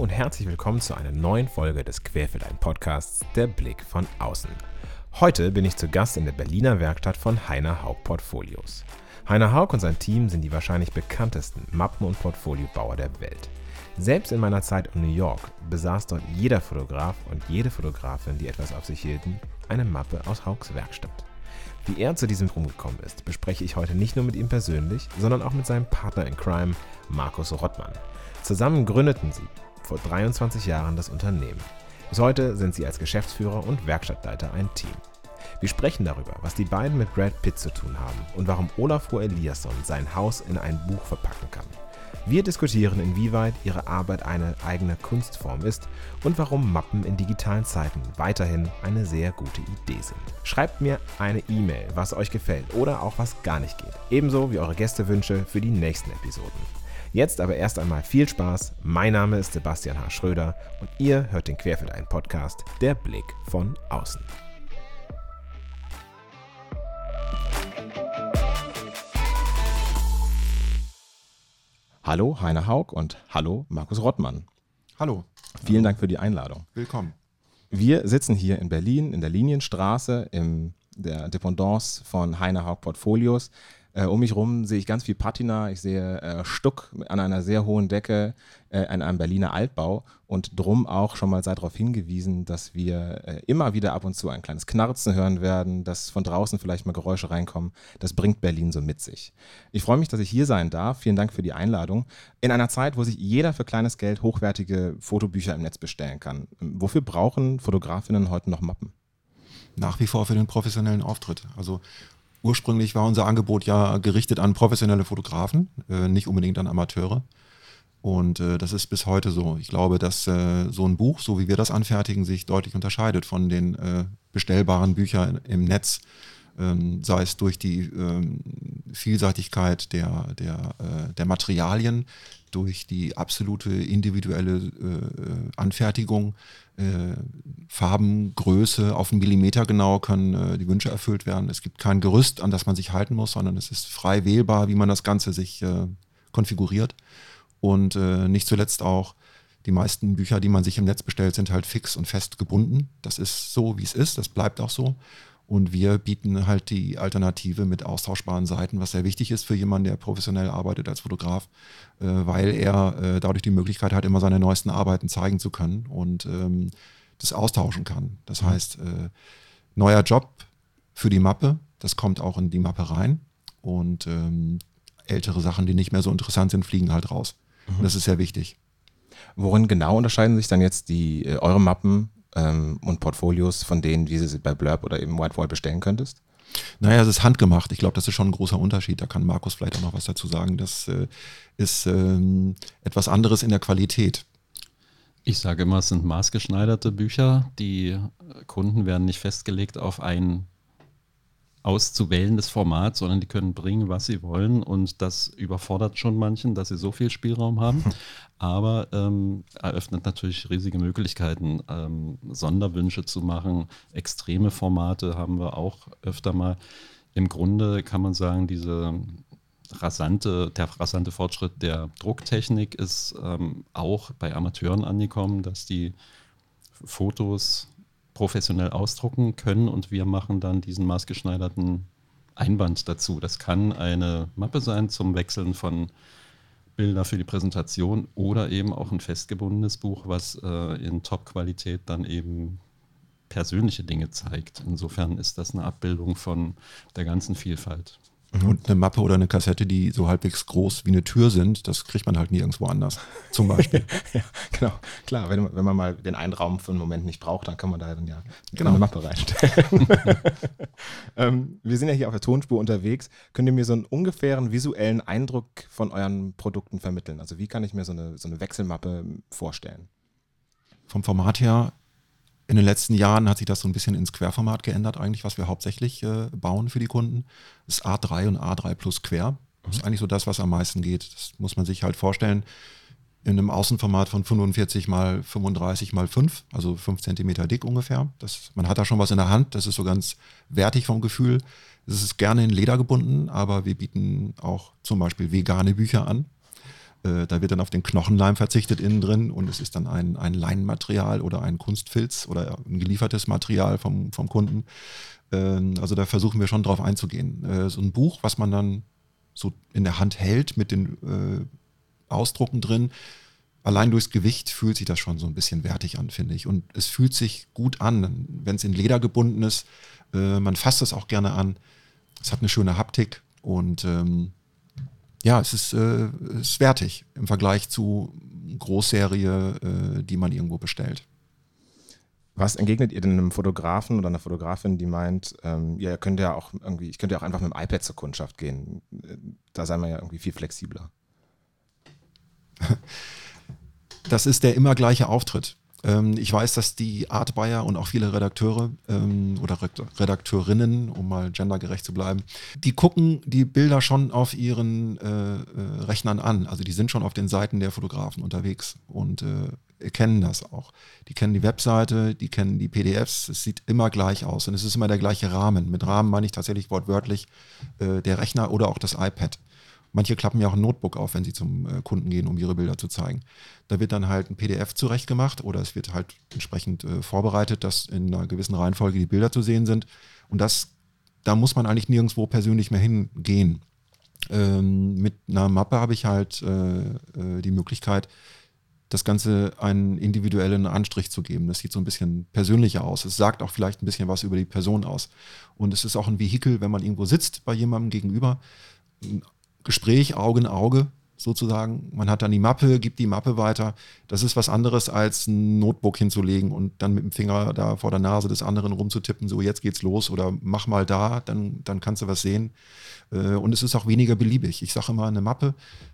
und herzlich willkommen zu einer neuen Folge des Querfeldein-Podcasts Der Blick von außen. Heute bin ich zu Gast in der Berliner Werkstatt von Heiner Haug Portfolios. Heiner Haug und sein Team sind die wahrscheinlich bekanntesten Mappen- und Portfoliobauer der Welt. Selbst in meiner Zeit in New York besaß dort jeder Fotograf und jede Fotografin, die etwas auf sich hielten, eine Mappe aus Haugs Werkstatt. Wie er zu diesem Ruhm gekommen ist, bespreche ich heute nicht nur mit ihm persönlich, sondern auch mit seinem Partner in Crime, Markus Rottmann. Zusammen gründeten sie vor 23 Jahren das Unternehmen. Bis heute sind sie als Geschäftsführer und Werkstattleiter ein Team. Wir sprechen darüber, was die beiden mit Brad Pitt zu tun haben und warum Olafur Eliasson sein Haus in ein Buch verpacken kann. Wir diskutieren, inwieweit ihre Arbeit eine eigene Kunstform ist und warum Mappen in digitalen Zeiten weiterhin eine sehr gute Idee sind. Schreibt mir eine E-Mail, was euch gefällt oder auch was gar nicht geht. Ebenso wie eure Gästewünsche für die nächsten Episoden. Jetzt aber erst einmal viel Spaß. Mein Name ist Sebastian H. Schröder und ihr hört den Querfeldein-Podcast Der Blick von außen. Hallo Heiner Haug und hallo Markus Rottmann. Hallo. Vielen Dank für die Einladung. Willkommen. Wir sitzen hier in Berlin in der Linienstraße in der Dependance von Heiner Haug Portfolios. Um mich rum sehe ich ganz viel Patina, ich sehe Stuck an einer sehr hohen Decke in einem Berliner Altbau und drum auch schon mal sei darauf hingewiesen, dass wir immer wieder ab und zu ein kleines Knarzen hören werden, dass von draußen vielleicht mal Geräusche reinkommen. Das bringt Berlin so mit sich. Ich freue mich, dass ich hier sein darf. Vielen Dank für die Einladung. In einer Zeit, wo sich jeder für kleines Geld hochwertige Fotobücher im Netz bestellen kann. Wofür brauchen Fotografinnen heute noch Mappen? Nach wie vor für den professionellen Auftritt. Also ursprünglich war unser Angebot ja gerichtet an professionelle Fotografen, nicht unbedingt an Amateure. Und das ist bis heute so. Ich glaube, dass so ein Buch, so wie wir das anfertigen, sich deutlich unterscheidet von den bestellbaren Büchern im Netz, sei es durch die Vielseitigkeit der Materialien, durch die absolute individuelle Anfertigung, Farben, Größe auf einen Millimeter genau können die Wünsche erfüllt werden. Es gibt kein Gerüst, an das man sich halten muss, sondern es ist frei wählbar, wie man das Ganze sich konfiguriert. Und nicht zuletzt auch die meisten Bücher, die man sich im Netz bestellt, sind halt fix und fest gebunden. Das ist so, wie es ist, das bleibt auch so. Und wir bieten halt die Alternative mit austauschbaren Seiten, was sehr wichtig ist für jemanden, der professionell arbeitet als Fotograf, weil er dadurch die Möglichkeit hat, immer seine neuesten Arbeiten zeigen zu können und das austauschen kann. Das heißt, neuer Job für die Mappe, das kommt auch in die Mappe rein und ältere Sachen, die nicht mehr so interessant sind, fliegen halt raus. Und das ist sehr wichtig. Worin genau unterscheiden sich dann jetzt eure Mappen und Portfolios von denen, wie du sie bei Blurb oder eben Whitewall bestellen könntest? Naja, es ist handgemacht. Ich glaube, das ist schon ein großer Unterschied. Da kann Markus vielleicht auch noch was dazu sagen. Das ist etwas anderes in der Qualität. Ich sage immer, es sind maßgeschneiderte Bücher. Die Kunden werden nicht festgelegt auf ein auszuwählendes Format, sondern die können bringen, was sie wollen, und das überfordert schon manchen, dass sie so viel Spielraum haben, aber eröffnet natürlich riesige Möglichkeiten, Sonderwünsche zu machen. Extreme Formate haben wir auch öfter mal. Im Grunde kann man sagen, der rasante Fortschritt der Drucktechnik ist auch bei Amateuren angekommen, dass die Fotos professionell ausdrucken können und wir machen dann diesen maßgeschneiderten Einband dazu. Das kann eine Mappe sein zum Wechseln von Bilder für die Präsentation oder eben auch ein festgebundenes Buch, was in Top-Qualität dann eben persönliche Dinge zeigt. Insofern ist das eine Abbildung von der ganzen Vielfalt. Und eine Mappe oder eine Kassette, die so halbwegs groß wie eine Tür sind, das kriegt man halt nirgendwo anders, zum Beispiel. Ja, genau. Klar, wenn man mal den einen Raum für einen Moment nicht braucht, dann kann man da dann ja Genau. eine Mappe reinstellen. Wir sind ja hier auf der Tonspur unterwegs. Könnt ihr mir so einen ungefähren visuellen Eindruck von euren Produkten vermitteln? Also wie kann ich mir so eine Wechselmappe vorstellen? Vom Format her, in den letzten Jahren hat sich das so ein bisschen ins Querformat geändert eigentlich, was wir hauptsächlich bauen für die Kunden. Das ist A3 und A3 plus Quer. Das ist eigentlich so das, was am meisten geht. Das muss man sich halt vorstellen. In einem Außenformat von 45 mal 35 mal 5, also 5 Zentimeter dick ungefähr. Man hat da schon was in der Hand, das ist so ganz wertig vom Gefühl. Es ist gerne in Leder gebunden, aber wir bieten auch zum Beispiel vegane Bücher an. Da wird dann auf den Knochenleim verzichtet innen drin und es ist dann ein Leinenmaterial oder ein Kunstfilz oder ein geliefertes Material vom Kunden. Also da versuchen wir schon drauf einzugehen. So ein Buch, was man dann so in der Hand hält mit den Ausdrucken drin, allein durchs Gewicht fühlt sich das schon so ein bisschen wertig an, finde ich. Und es fühlt sich gut an, wenn es in Leder gebunden ist. Man fasst es auch gerne an. Es hat eine schöne Haptik und ja, es ist wertig im Vergleich zu Großserie, die man irgendwo bestellt. Was entgegnet ihr denn einem Fotografen oder einer Fotografin, die meint, ihr könnt ja auch irgendwie, ich könnte ja auch einfach mit dem iPad zur Kundschaft gehen. Da sei man ja irgendwie viel flexibler. Das ist der immer gleiche Auftritt. Ich weiß, dass die Art Buyer und auch viele Redakteure oder Redakteurinnen, um mal gendergerecht zu bleiben, die gucken die Bilder schon auf ihren Rechnern an. Also die sind schon auf den Seiten der Fotografen unterwegs und kennen das auch. Die kennen die Webseite, die kennen die PDFs. Es sieht immer gleich aus und es ist immer der gleiche Rahmen. Mit Rahmen meine ich tatsächlich wortwörtlich der Rechner oder auch das iPad. Manche klappen ja auch ein Notebook auf, wenn sie zum Kunden gehen, um ihre Bilder zu zeigen. Da wird dann halt ein PDF zurechtgemacht oder es wird halt entsprechend vorbereitet, dass in einer gewissen Reihenfolge die Bilder zu sehen sind. Und da muss man eigentlich nirgendwo persönlich mehr hingehen. Mit einer Mappe habe ich halt die Möglichkeit, das Ganze einen individuellen Anstrich zu geben. Das sieht so ein bisschen persönlicher aus. Es sagt auch vielleicht ein bisschen was über die Person aus. Und es ist auch ein Vehikel, wenn man irgendwo sitzt bei jemandem gegenüber, Gespräch, Auge in Auge sozusagen. Man hat dann die Mappe, gibt die Mappe weiter. Das ist was anderes, als ein Notebook hinzulegen und dann mit dem Finger da vor der Nase des anderen rumzutippen, so jetzt geht's los oder mach mal da, dann kannst du was sehen. Und es ist auch weniger beliebig. Ich sage immer, eine Mappe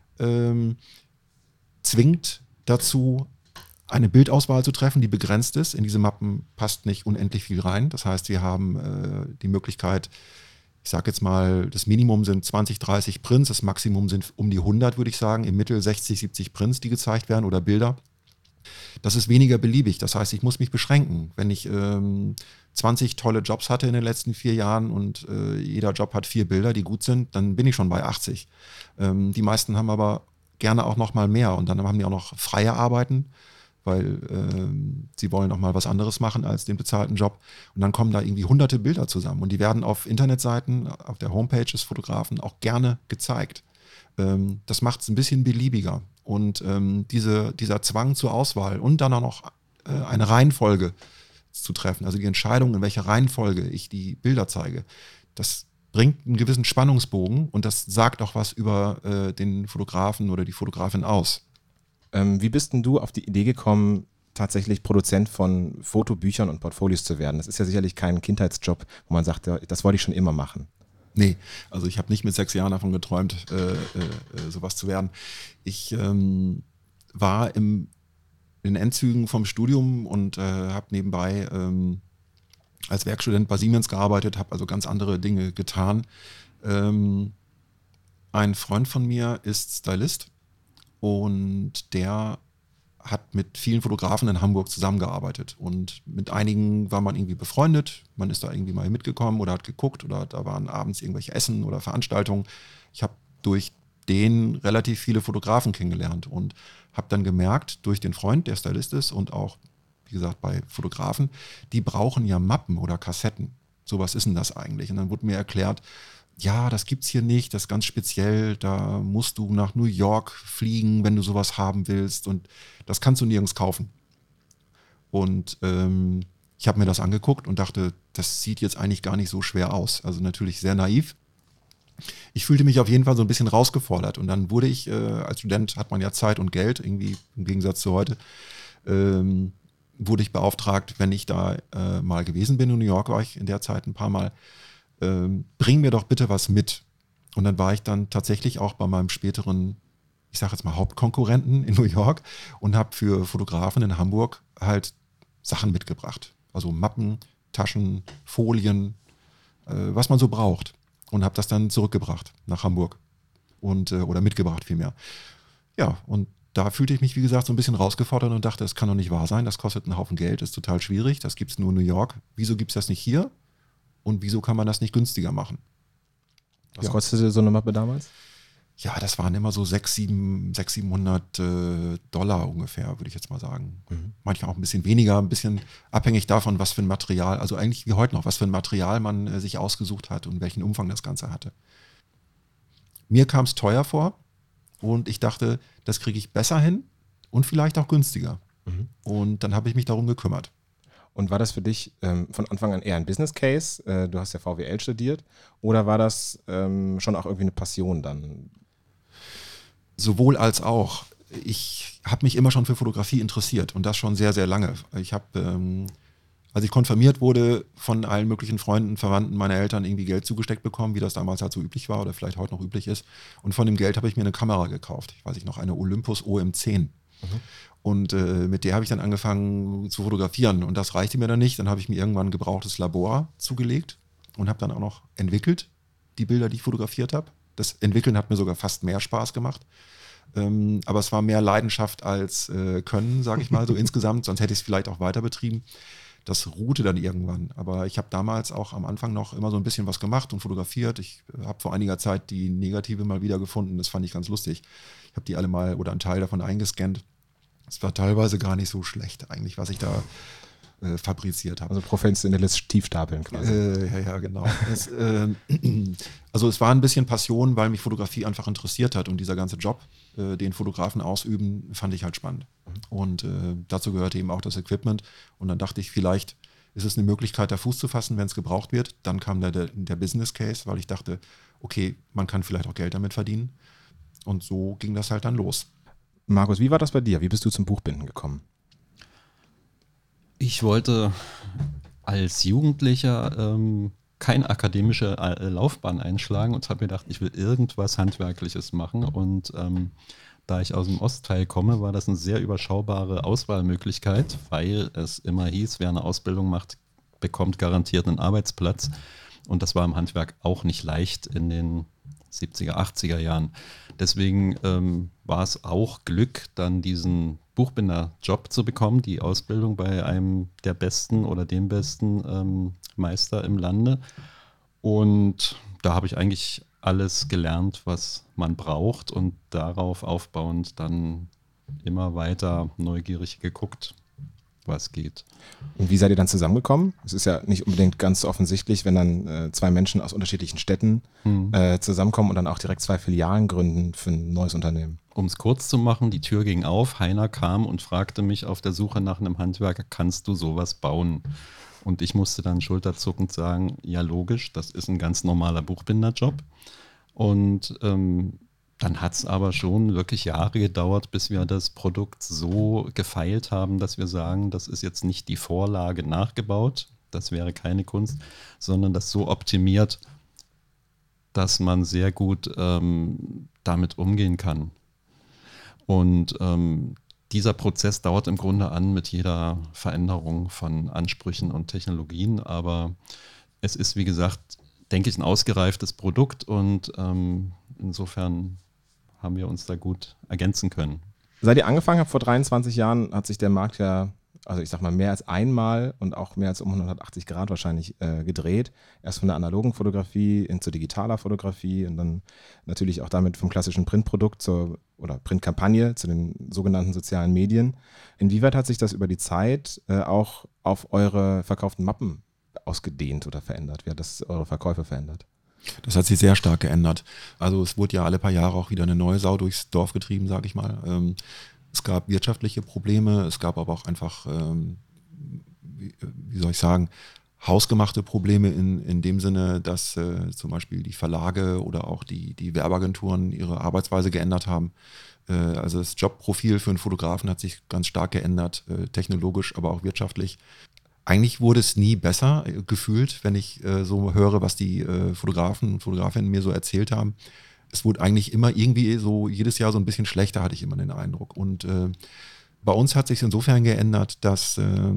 zwingt dazu, eine Bildauswahl zu treffen, die begrenzt ist. In diese Mappen passt nicht unendlich viel rein. Das heißt, wir haben die Möglichkeit, ich sage jetzt mal, das Minimum sind 20, 30 Prints, das Maximum sind um die 100, würde ich sagen, im Mittel 60, 70 Prints, die gezeigt werden oder Bilder. Das ist weniger beliebig, das heißt, ich muss mich beschränken. Wenn ich 20 tolle Jobs hatte in den letzten 4 Jahren und jeder Job hat 4 Bilder, die gut sind, dann bin ich schon bei 80. Die meisten haben aber gerne auch noch mal mehr und dann haben die auch noch freie Arbeiten, weil sie wollen auch mal was anderes machen als den bezahlten Job. Und dann kommen da irgendwie hunderte Bilder zusammen und die werden auf Internetseiten, auf der Homepage des Fotografen auch gerne gezeigt. Das macht es ein bisschen beliebiger. Und dieser Zwang zur Auswahl und dann auch noch eine Reihenfolge zu treffen, also die Entscheidung, in welcher Reihenfolge ich die Bilder zeige, das bringt einen gewissen Spannungsbogen und das sagt auch was über den Fotografen oder die Fotografin aus. Wie bist denn du auf die Idee gekommen, tatsächlich Produzent von Fotobüchern und Portfolios zu werden? Das ist ja sicherlich kein Kindheitsjob, wo man sagt, das wollte ich schon immer machen. Nee, also ich habe nicht mit 6 Jahren davon geträumt, sowas zu werden. Ich war in den Endzügen vom Studium und habe nebenbei als Werkstudent bei Siemens gearbeitet, habe also ganz andere Dinge getan. Ein Freund von mir ist Stylist. Und der hat mit vielen Fotografen in Hamburg zusammengearbeitet. Und mit einigen war man irgendwie befreundet. Man ist da irgendwie mal mitgekommen oder hat geguckt oder da waren abends irgendwelche Essen oder Veranstaltungen. Ich habe durch den relativ viele Fotografen kennengelernt und habe dann gemerkt, durch den Freund, der Stylist ist und auch, wie gesagt, bei Fotografen, die brauchen ja Mappen oder Kassetten. So was ist denn das eigentlich? Und dann wurde mir erklärt, ja, das gibt's hier nicht, das ist ganz speziell, da musst du nach New York fliegen, wenn du sowas haben willst und das kannst du nirgends kaufen. Und ich habe mir das angeguckt und dachte, das sieht jetzt eigentlich gar nicht so schwer aus. Also natürlich sehr naiv. Ich fühlte mich auf jeden Fall so ein bisschen rausgefordert und dann wurde ich, als Student hat man ja Zeit und Geld, irgendwie im Gegensatz zu heute, wurde ich beauftragt, wenn ich da mal gewesen bin, in New York war ich in der Zeit ein paar Mal, bring mir doch bitte was mit. Und dann war ich dann tatsächlich auch bei meinem späteren, ich sage jetzt mal Hauptkonkurrenten in New York und habe für Fotografen in Hamburg halt Sachen mitgebracht. Also Mappen, Taschen, Folien, was man so braucht. Und habe das dann zurückgebracht nach Hamburg oder mitgebracht vielmehr. Ja, und da fühlte ich mich, wie gesagt, so ein bisschen rausgefordert und dachte, das kann doch nicht wahr sein, das kostet einen Haufen Geld, ist total schwierig, das gibt es nur in New York. Wieso gibt es das nicht hier? Und wieso kann man das nicht günstiger machen? Was kostete so eine Mappe damals? Ja, das waren immer so 700 Dollar ungefähr, würde ich jetzt mal sagen. Manchmal auch ein bisschen weniger, ein bisschen abhängig davon, was für ein Material, also eigentlich wie heute noch, was für ein Material man sich ausgesucht hat und welchen Umfang das Ganze hatte. Mir kam es teuer vor und ich dachte, das kriege ich besser hin und vielleicht auch günstiger. Und dann habe ich mich darum gekümmert. Und war das für dich von Anfang an eher ein Business Case? Du hast ja VWL studiert. Oder war das schon auch irgendwie eine Passion dann? Sowohl als auch. Ich habe mich immer schon für Fotografie interessiert und das schon sehr, sehr lange. Ich habe, als ich konfirmiert wurde, von allen möglichen Freunden, Verwandten meiner Eltern irgendwie Geld zugesteckt bekommen, wie das damals halt so üblich war oder vielleicht heute noch üblich ist. Und von dem Geld habe ich mir eine Kamera gekauft. Ich weiß nicht noch, eine Olympus OM10. Und mit der habe ich dann angefangen zu fotografieren und das reichte mir dann nicht. Dann habe ich mir irgendwann ein gebrauchtes Labor zugelegt und habe dann auch noch entwickelt, die Bilder, die ich fotografiert habe. Das Entwickeln hat mir sogar fast mehr Spaß gemacht. Aber es war mehr Leidenschaft als Können, sage ich mal, so insgesamt. Sonst hätte ich es vielleicht auch weiter betrieben. Das ruhte dann irgendwann. Aber ich habe damals auch am Anfang noch immer so ein bisschen was gemacht und fotografiert. Ich habe vor einiger Zeit die Negative mal wieder gefunden. Das fand ich ganz lustig. Ich habe die alle mal oder einen Teil davon eingescannt. Es war teilweise gar nicht so schlecht eigentlich, was ich da fabriziert habe. Also professionelles Tiefstapeln quasi. Ja, genau. Also es war ein bisschen Passion, weil mich Fotografie einfach interessiert hat und dieser ganze Job, den Fotografen ausüben, fand ich halt spannend. Und dazu gehörte eben auch das Equipment. Und dann dachte ich, vielleicht ist es eine Möglichkeit, da Fuß zu fassen, wenn es gebraucht wird. Dann kam der Business Case, weil ich dachte, okay, man kann vielleicht auch Geld damit verdienen. Und so ging das halt dann los. Markus, wie war das bei dir? Wie bist du zum Buchbinden gekommen? Ich wollte als Jugendlicher keine akademische Laufbahn einschlagen und habe mir gedacht, ich will irgendwas Handwerkliches machen. Und da ich aus dem Ostteil komme, war das eine sehr überschaubare Auswahlmöglichkeit, weil es immer hieß, wer eine Ausbildung macht, bekommt garantiert einen Arbeitsplatz. Und das war im Handwerk auch nicht leicht in den 70er, 80er Jahren. Deswegen war es auch Glück, dann diesen Buchbinder-Job zu bekommen, die Ausbildung bei einem der besten oder dem besten Meister im Lande. Und da habe ich eigentlich alles gelernt, was man braucht und darauf aufbauend dann immer weiter neugierig geguckt, was geht. Und wie seid ihr dann zusammengekommen? Es ist ja nicht unbedingt ganz offensichtlich, wenn dann zwei Menschen aus unterschiedlichen Städten zusammenkommen und dann auch direkt zwei Filialen gründen für ein neues Unternehmen. Um es kurz zu machen, die Tür ging auf, Heiner kam und fragte mich auf der Suche nach einem Handwerker, kannst du sowas bauen? Und ich musste dann schulterzuckend sagen, ja logisch, das ist ein ganz normaler Buchbinderjob. Und dann hat es aber schon wirklich Jahre gedauert, bis wir das Produkt so gefeilt haben, dass wir sagen, das ist jetzt nicht die Vorlage nachgebaut, das wäre keine Kunst, sondern das so optimiert, dass man sehr gut damit umgehen kann. Und dieser Prozess dauert im Grunde an mit jeder Veränderung von Ansprüchen und Technologien, aber es ist, wie gesagt, denke ich, ein ausgereiftes Produkt und insofern haben wir uns da gut ergänzen können. Seit ihr angefangen habt vor 23 Jahren, hat sich der Markt ja, also ich sag mal, mehr als einmal und auch mehr als um 180 Grad wahrscheinlich gedreht. Erst von der analogen Fotografie hin zu digitaler Fotografie und dann natürlich auch damit vom klassischen Printprodukt oder Printkampagne zu den sogenannten sozialen Medien. Inwieweit hat sich das über die Zeit auch auf eure verkauften Mappen ausgedehnt oder verändert? Wie hat das eure Verkäufe verändert? Das hat sich sehr stark geändert. Also es wurde ja alle paar Jahre auch wieder eine neue Sau durchs Dorf getrieben, sage ich mal. Es gab wirtschaftliche Probleme, es gab aber auch einfach, wie soll ich sagen, hausgemachte Probleme in dem Sinne, dass zum Beispiel die Verlage oder auch die Werbeagenturen ihre Arbeitsweise geändert haben. Also das Jobprofil für einen Fotografen hat sich ganz stark geändert, technologisch, aber auch wirtschaftlich. Eigentlich wurde es nie besser gefühlt, wenn ich so höre, was die Fotografen und Fotografinnen mir so erzählt haben. Es wurde eigentlich immer irgendwie so jedes Jahr so ein bisschen schlechter, hatte ich immer den Eindruck. Und bei uns hat sich insofern geändert, dass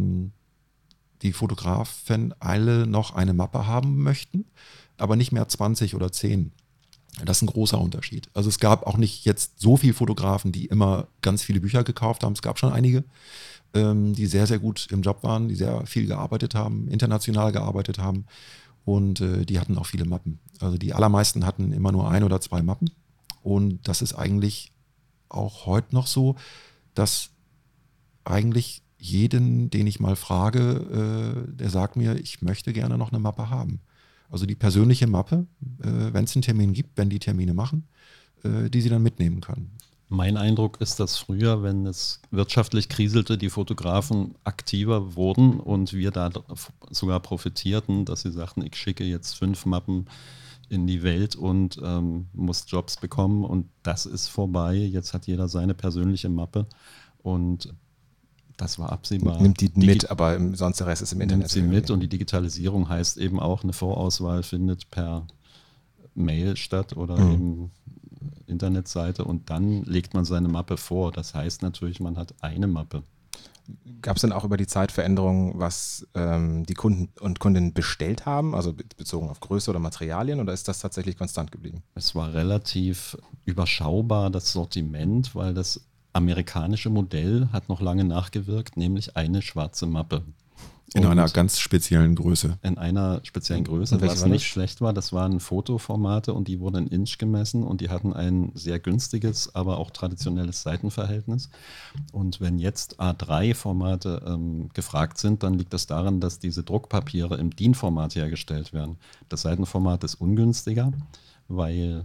die Fotografen alle noch eine Mappe haben möchten, aber nicht mehr 20 oder 10. Das ist ein großer Unterschied. Also es gab auch nicht jetzt so viele Fotografen, die immer ganz viele Bücher gekauft haben. Es gab schon einige, die sehr, sehr gut im Job waren, die sehr viel gearbeitet haben, international gearbeitet haben und die hatten auch viele Mappen. Also die allermeisten hatten immer nur 1 oder 2 Mappen Und das ist eigentlich auch heute noch so, dass eigentlich jeden, den ich mal frage, der sagt mir, ich möchte gerne noch eine Mappe haben. Also die persönliche Mappe, wenn es einen Termin gibt, wenn die Termine machen, die sie dann mitnehmen können. Mein Eindruck ist, dass früher, wenn es wirtschaftlich kriselte, die Fotografen aktiver wurden und wir da sogar profitierten, dass sie sagten, ich schicke jetzt 5 Mappen in die Welt und muss Jobs bekommen und das ist vorbei. Jetzt hat jeder seine persönliche Mappe und das war absehbar. Nimmt die mit, aber sonst der Rest ist im Internet. Nimmt sie mit und die Digitalisierung heißt eben auch, eine Vorauswahl findet per Mail statt oder eben Internetseite und dann legt man seine Mappe vor. Das heißt natürlich, man hat eine Mappe. Gab es denn auch über die Zeit Veränderungen, was die Kunden und Kundinnen bestellt haben, also bezogen auf Größe oder Materialien, oder ist das tatsächlich konstant geblieben? Es war relativ überschaubar, das Sortiment, weil das amerikanische Modell hat noch lange nachgewirkt, nämlich eine schwarze Mappe. In einer ganz speziellen Größe. In einer speziellen Größe, was nicht schlecht war. Das waren Fotoformate und die wurden in Inch gemessen und die hatten ein sehr günstiges, aber auch traditionelles Seitenverhältnis. Und wenn jetzt A3-Formate gefragt sind, dann liegt das daran, dass diese Druckpapiere im DIN-Format hergestellt werden. Das Seitenformat ist ungünstiger, weil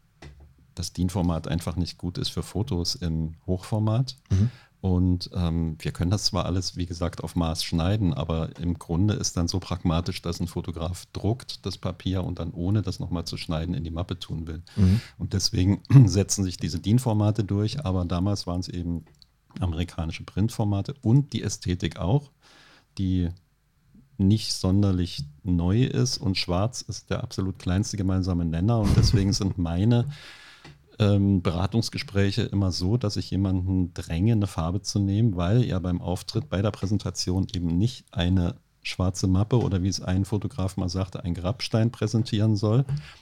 das DIN-Format einfach nicht gut ist für Fotos im Hochformat. Und wir können das zwar alles, wie gesagt, auf Maß schneiden, aber im Grunde ist dann so pragmatisch, dass ein Fotograf druckt das Papier und dann ohne das nochmal zu schneiden in die Mappe tun will. Und deswegen setzen sich diese DIN-Formate durch, aber damals waren es eben amerikanische Printformate und die Ästhetik auch, die nicht sonderlich neu ist und schwarz ist der absolut kleinste gemeinsame Nenner und deswegen sind meine Beratungsgespräche immer so, dass ich jemanden dränge, eine Farbe zu nehmen, weil er beim Auftritt bei der Präsentation eben nicht eine schwarze Mappe oder wie es ein Fotograf mal sagte, ein Grabstein präsentieren soll,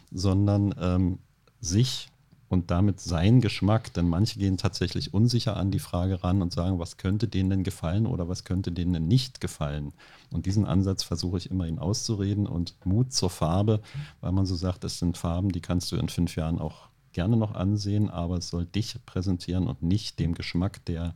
sondern sich und damit seinen Geschmack, denn manche gehen tatsächlich unsicher an die Frage ran und sagen, was könnte denen denn gefallen oder was könnte denen denn nicht gefallen. Und diesen Ansatz versuche ich immer ihm auszureden und Mut zur Farbe, weil man so sagt, das sind Farben, die kannst du in 5 Jahren auch gerne noch ansehen, aber es soll dich präsentieren und nicht dem Geschmack der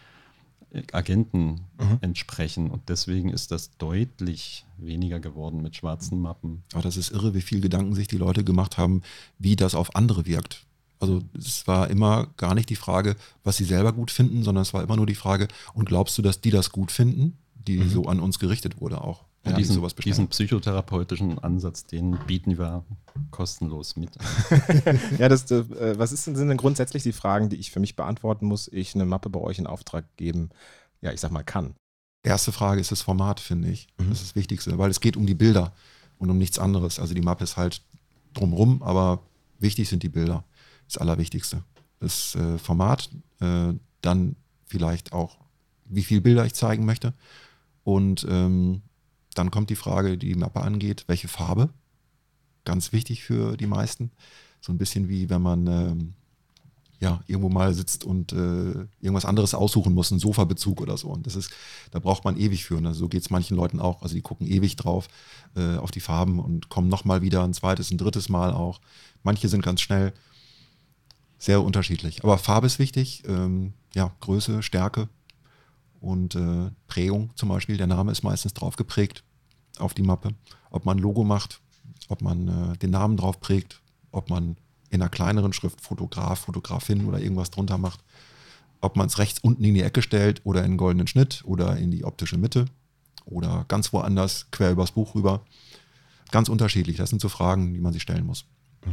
Agenten entsprechen. Und deswegen ist das deutlich weniger geworden mit schwarzen Mappen. Aber das ist irre, wie viel Gedanken sich die Leute gemacht haben, wie das auf andere wirkt. Also es war immer gar nicht die Frage, was sie selber gut finden, sondern es war immer nur die Frage, und glaubst du, dass die das gut finden, die so an uns gerichtet wurde auch? Ja, diesen psychotherapeutischen Ansatz, den bieten wir kostenlos mit. Ja, was sind denn grundsätzlich die Fragen, die ich für mich beantworten muss, ich eine Mappe bei euch in Auftrag geben, ja, ich sag mal, kann? Erste Frage ist das Format, finde ich. Das ist das Wichtigste, weil es geht um die Bilder und um nichts anderes. Also die Mappe ist halt drumrum, aber wichtig sind die Bilder. Das Allerwichtigste. Das Format, dann vielleicht auch, wie viele Bilder ich zeigen möchte und dann kommt die Frage, die die Mappe angeht, welche Farbe? Ganz wichtig für die meisten. So ein bisschen wie wenn man irgendwo mal sitzt und irgendwas anderes aussuchen muss, einen Sofabezug oder so. Und da braucht man ewig für. Ne? So geht es manchen Leuten auch. Also die gucken ewig drauf auf die Farben und kommen nochmal wieder ein zweites, ein drittes Mal auch. Manche sind ganz schnell. Sehr unterschiedlich. Aber Farbe ist wichtig. Größe, Stärke. Und Prägung zum Beispiel, der Name ist meistens drauf geprägt auf die Mappe. Ob man ein Logo macht, ob man den Namen drauf prägt, ob man in einer kleineren Schrift Fotograf, Fotografin oder irgendwas drunter macht, ob man es rechts unten in die Ecke stellt oder in einen goldenen Schnitt oder in die optische Mitte oder ganz woanders quer übers Buch rüber. Ganz unterschiedlich. Das sind so Fragen, die man sich stellen muss.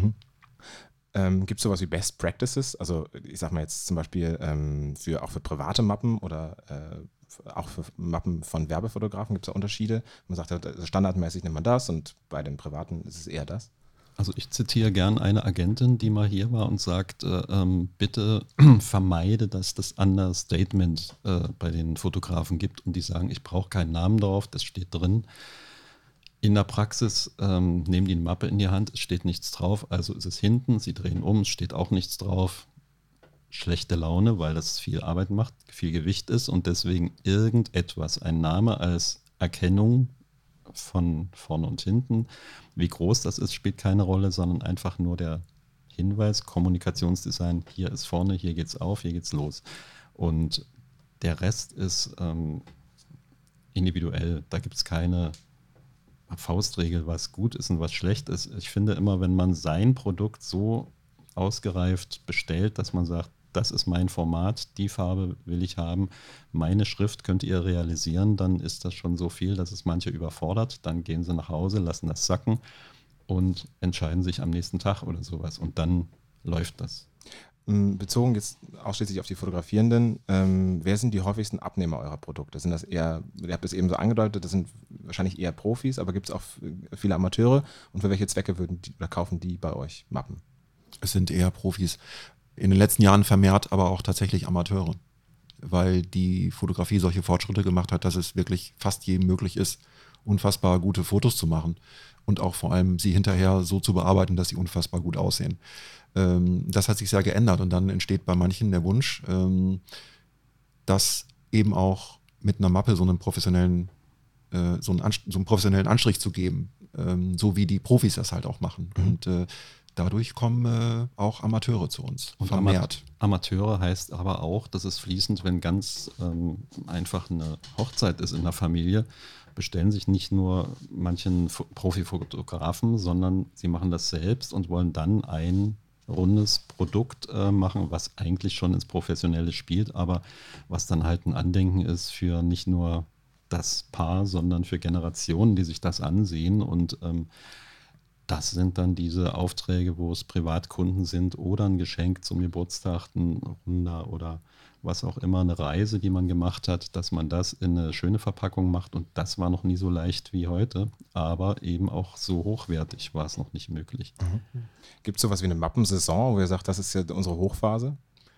Gibt es sowas wie Best Practices? Also ich sag mal jetzt zum Beispiel auch für private Mappen oder auch für Mappen von Werbefotografen gibt es da Unterschiede? Man sagt, standardmäßig nimmt man das und bei den privaten ist es eher das? Also ich zitiere gern eine Agentin, die mal hier war und sagt, bitte vermeide, dass das Understatement bei den Fotografen gibt und die sagen, ich brauche keinen Namen drauf, das steht drin. In der Praxis nehmen die eine Mappe in die Hand, es steht nichts drauf, also ist es hinten, sie drehen um, es steht auch nichts drauf. Schlechte Laune, weil das viel Arbeit macht, viel Gewicht ist und deswegen irgendetwas, ein Name als Erkennung von vorne und hinten. Wie groß das ist, spielt keine Rolle, sondern einfach nur der Hinweis, Kommunikationsdesign, hier ist vorne, hier geht's auf, hier geht's los. Und der Rest ist individuell. Da gibt es keine Faustregel, was gut ist und was schlecht ist. Ich finde immer, wenn man sein Produkt so ausgereift bestellt, dass man sagt, das ist mein Format, die Farbe will ich haben, meine Schrift könnt ihr realisieren, dann ist das schon so viel, dass es manche überfordert. Dann gehen sie nach Hause, lassen das sacken und entscheiden sich am nächsten Tag oder sowas. Und dann läuft das. Bezogen jetzt ausschließlich auf die Fotografierenden, wer sind die häufigsten Abnehmer eurer Produkte? Sind das eher, ihr habt es eben so angedeutet, das sind wahrscheinlich eher Profis, aber gibt es auch viele Amateure? Und für welche Zwecke kaufen die bei euch Mappen? Es sind eher Profis. In den letzten Jahren vermehrt aber auch tatsächlich Amateure, weil die Fotografie solche Fortschritte gemacht hat, dass es wirklich fast jedem möglich ist, unfassbar gute Fotos zu machen und auch vor allem sie hinterher so zu bearbeiten, dass sie unfassbar gut aussehen. Das hat sich sehr geändert und dann entsteht bei manchen der Wunsch, dass eben auch mit einer Mappe so einen professionellen Anstrich zu geben, so wie die Profis das halt auch machen. Und dadurch kommen auch Amateure zu uns, und vermehrt. Amateure heißt aber auch, dass es fließend, wenn ganz einfach eine Hochzeit ist in der Familie, bestellen sich nicht nur manchen Profifotografen, sondern sie machen das selbst und wollen dann ein rundes Produkt machen, was eigentlich schon ins Professionelle spielt, aber was dann halt ein Andenken ist für nicht nur das Paar, sondern für Generationen, die sich das ansehen. Und das sind dann diese Aufträge, wo es Privatkunden sind oder ein Geschenk zum Geburtstag, ein Runder oder was auch immer, eine Reise, die man gemacht hat, dass man das in eine schöne Verpackung macht. Und das war noch nie so leicht wie heute, aber eben auch so hochwertig war es noch nicht möglich. Gibt es sowas wie eine Mappensaison, wo ihr sagt, das ist ja unsere Hochphase?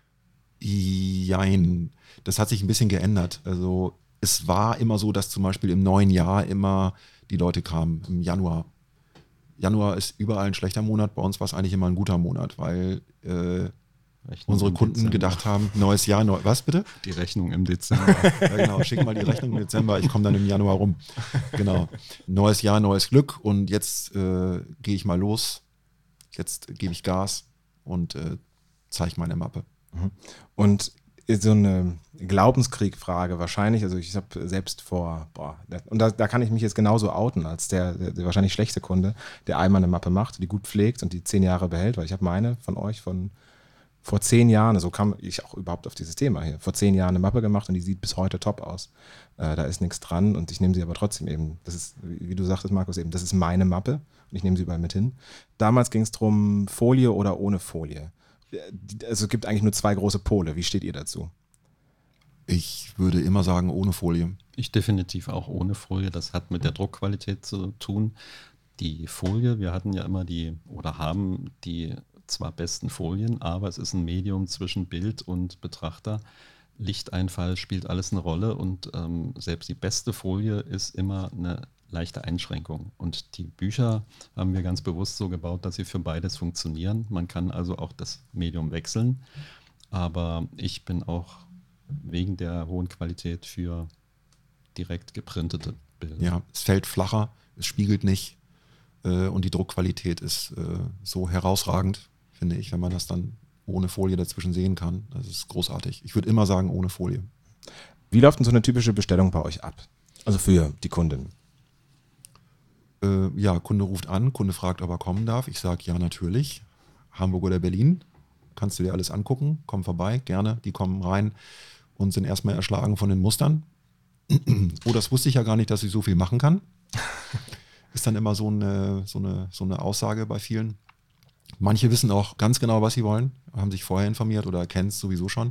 Jein, das hat sich ein bisschen geändert. Also es war immer so, dass zum Beispiel im neuen Jahr immer die Leute kamen, im Januar. Januar ist überall ein schlechter Monat, bei uns war es eigentlich immer ein guter Monat, weil unsere Kunden gedacht haben, neues Jahr, was bitte? Die Rechnung im Dezember. Ja genau, schick mal die Rechnung im Dezember, ich komme dann im Januar rum. Genau, neues Jahr, neues Glück und jetzt gehe ich mal los, jetzt gebe ich Gas und zeige meine Mappe. Und so eine Glaubenskrieg-Frage wahrscheinlich, also ich habe selbst und da kann ich mich jetzt genauso outen als der wahrscheinlich schlechte Kunde, der einmal eine Mappe macht, die gut pflegt und die 10 Jahre behält, weil ich habe meine von euch von vor 10 Jahren, so kam ich auch überhaupt auf dieses Thema hier, vor 10 Jahren eine Mappe gemacht und die sieht bis heute top aus. Da ist nichts dran und ich nehme sie aber trotzdem eben, das ist, wie du sagtest, Markus, eben, das ist meine Mappe und ich nehme sie überall mit hin. Damals ging es darum, Folie oder ohne Folie. Also es gibt eigentlich nur 2 große Pole. Wie steht ihr dazu? Ich würde immer sagen, ohne Folie. Ich definitiv auch ohne Folie. Das hat mit der Druckqualität zu tun. Die Folie, wir hatten ja immer haben die zwar besten Folien, aber es ist ein Medium zwischen Bild und Betrachter. Lichteinfall spielt alles eine Rolle und selbst die beste Folie ist immer eine leichte Einschränkung. Und die Bücher haben wir ganz bewusst so gebaut, dass sie für beides funktionieren. Man kann also auch das Medium wechseln, aber ich bin auch wegen der hohen Qualität für direkt geprintete Bilder. Ja, es fällt flacher, es spiegelt nicht und die Druckqualität ist so herausragend, finde ich, wenn man das dann ohne Folie dazwischen sehen kann. Das ist großartig. Ich würde immer sagen, ohne Folie. Wie läuft denn so eine typische Bestellung bei euch ab? Also für die Kundin? Ja, Kunde ruft an, Kunde fragt, ob er kommen darf. Ich sage, ja, natürlich. Hamburg oder Berlin, kannst du dir alles angucken, komm vorbei, gerne. Die kommen rein und sind erstmal erschlagen von den Mustern. Oh, das wusste ich ja gar nicht, dass ich so viel machen kann. Ist dann immer so eine Aussage bei vielen. Manche wissen auch ganz genau, was sie wollen, haben sich vorher informiert oder kennen es sowieso schon.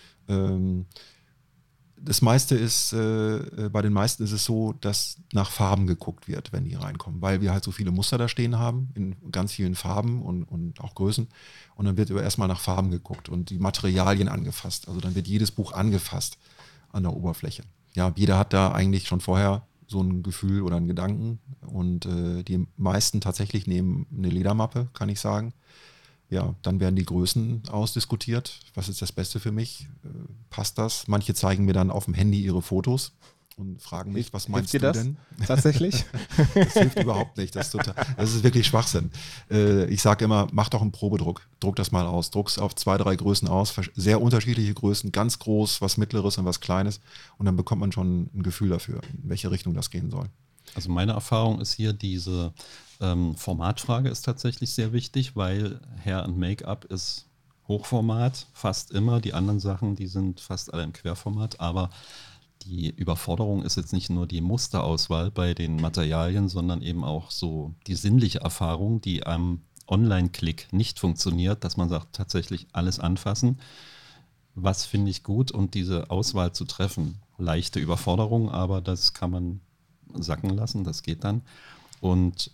Das meiste ist, bei den meisten ist es so, dass nach Farben geguckt wird, wenn die reinkommen, weil wir halt so viele Muster da stehen haben, in ganz vielen Farben und auch Größen. Und dann wird erstmal nach Farben geguckt und die Materialien angefasst. Also dann wird jedes Buch angefasst an der Oberfläche. Ja, jeder hat da eigentlich schon vorher so ein Gefühl oder einen Gedanken. Und die meisten tatsächlich nehmen eine Ledermappe, kann ich sagen. Ja, dann werden die Größen ausdiskutiert. Was ist das Beste für mich? Passt das? Manche zeigen mir dann auf dem Handy ihre Fotos und fragen mich, was meinst Hilft dir du das denn? tatsächlich? Das hilft überhaupt nicht. Das ist wirklich Schwachsinn. Ich sage immer, mach doch einen Probedruck. Druck das mal aus. Druck es auf 2, 3 Größen aus. Sehr unterschiedliche Größen. Ganz groß, was Mittleres und was Kleines. Und dann bekommt man schon ein Gefühl dafür, in welche Richtung das gehen soll. Also meine Erfahrung ist hier, diese Formatfrage ist tatsächlich sehr wichtig, weil Hair and Make-up ist Hochformat, fast immer. Die anderen Sachen, die sind fast alle im Querformat, aber die Überforderung ist jetzt nicht nur die Musterauswahl bei den Materialien, sondern eben auch so die sinnliche Erfahrung, die am Online-Klick nicht funktioniert, dass man sagt, tatsächlich alles anfassen. Was finde ich gut und diese Auswahl zu treffen. Leichte Überforderung, aber das kann man sacken lassen, das geht dann. Und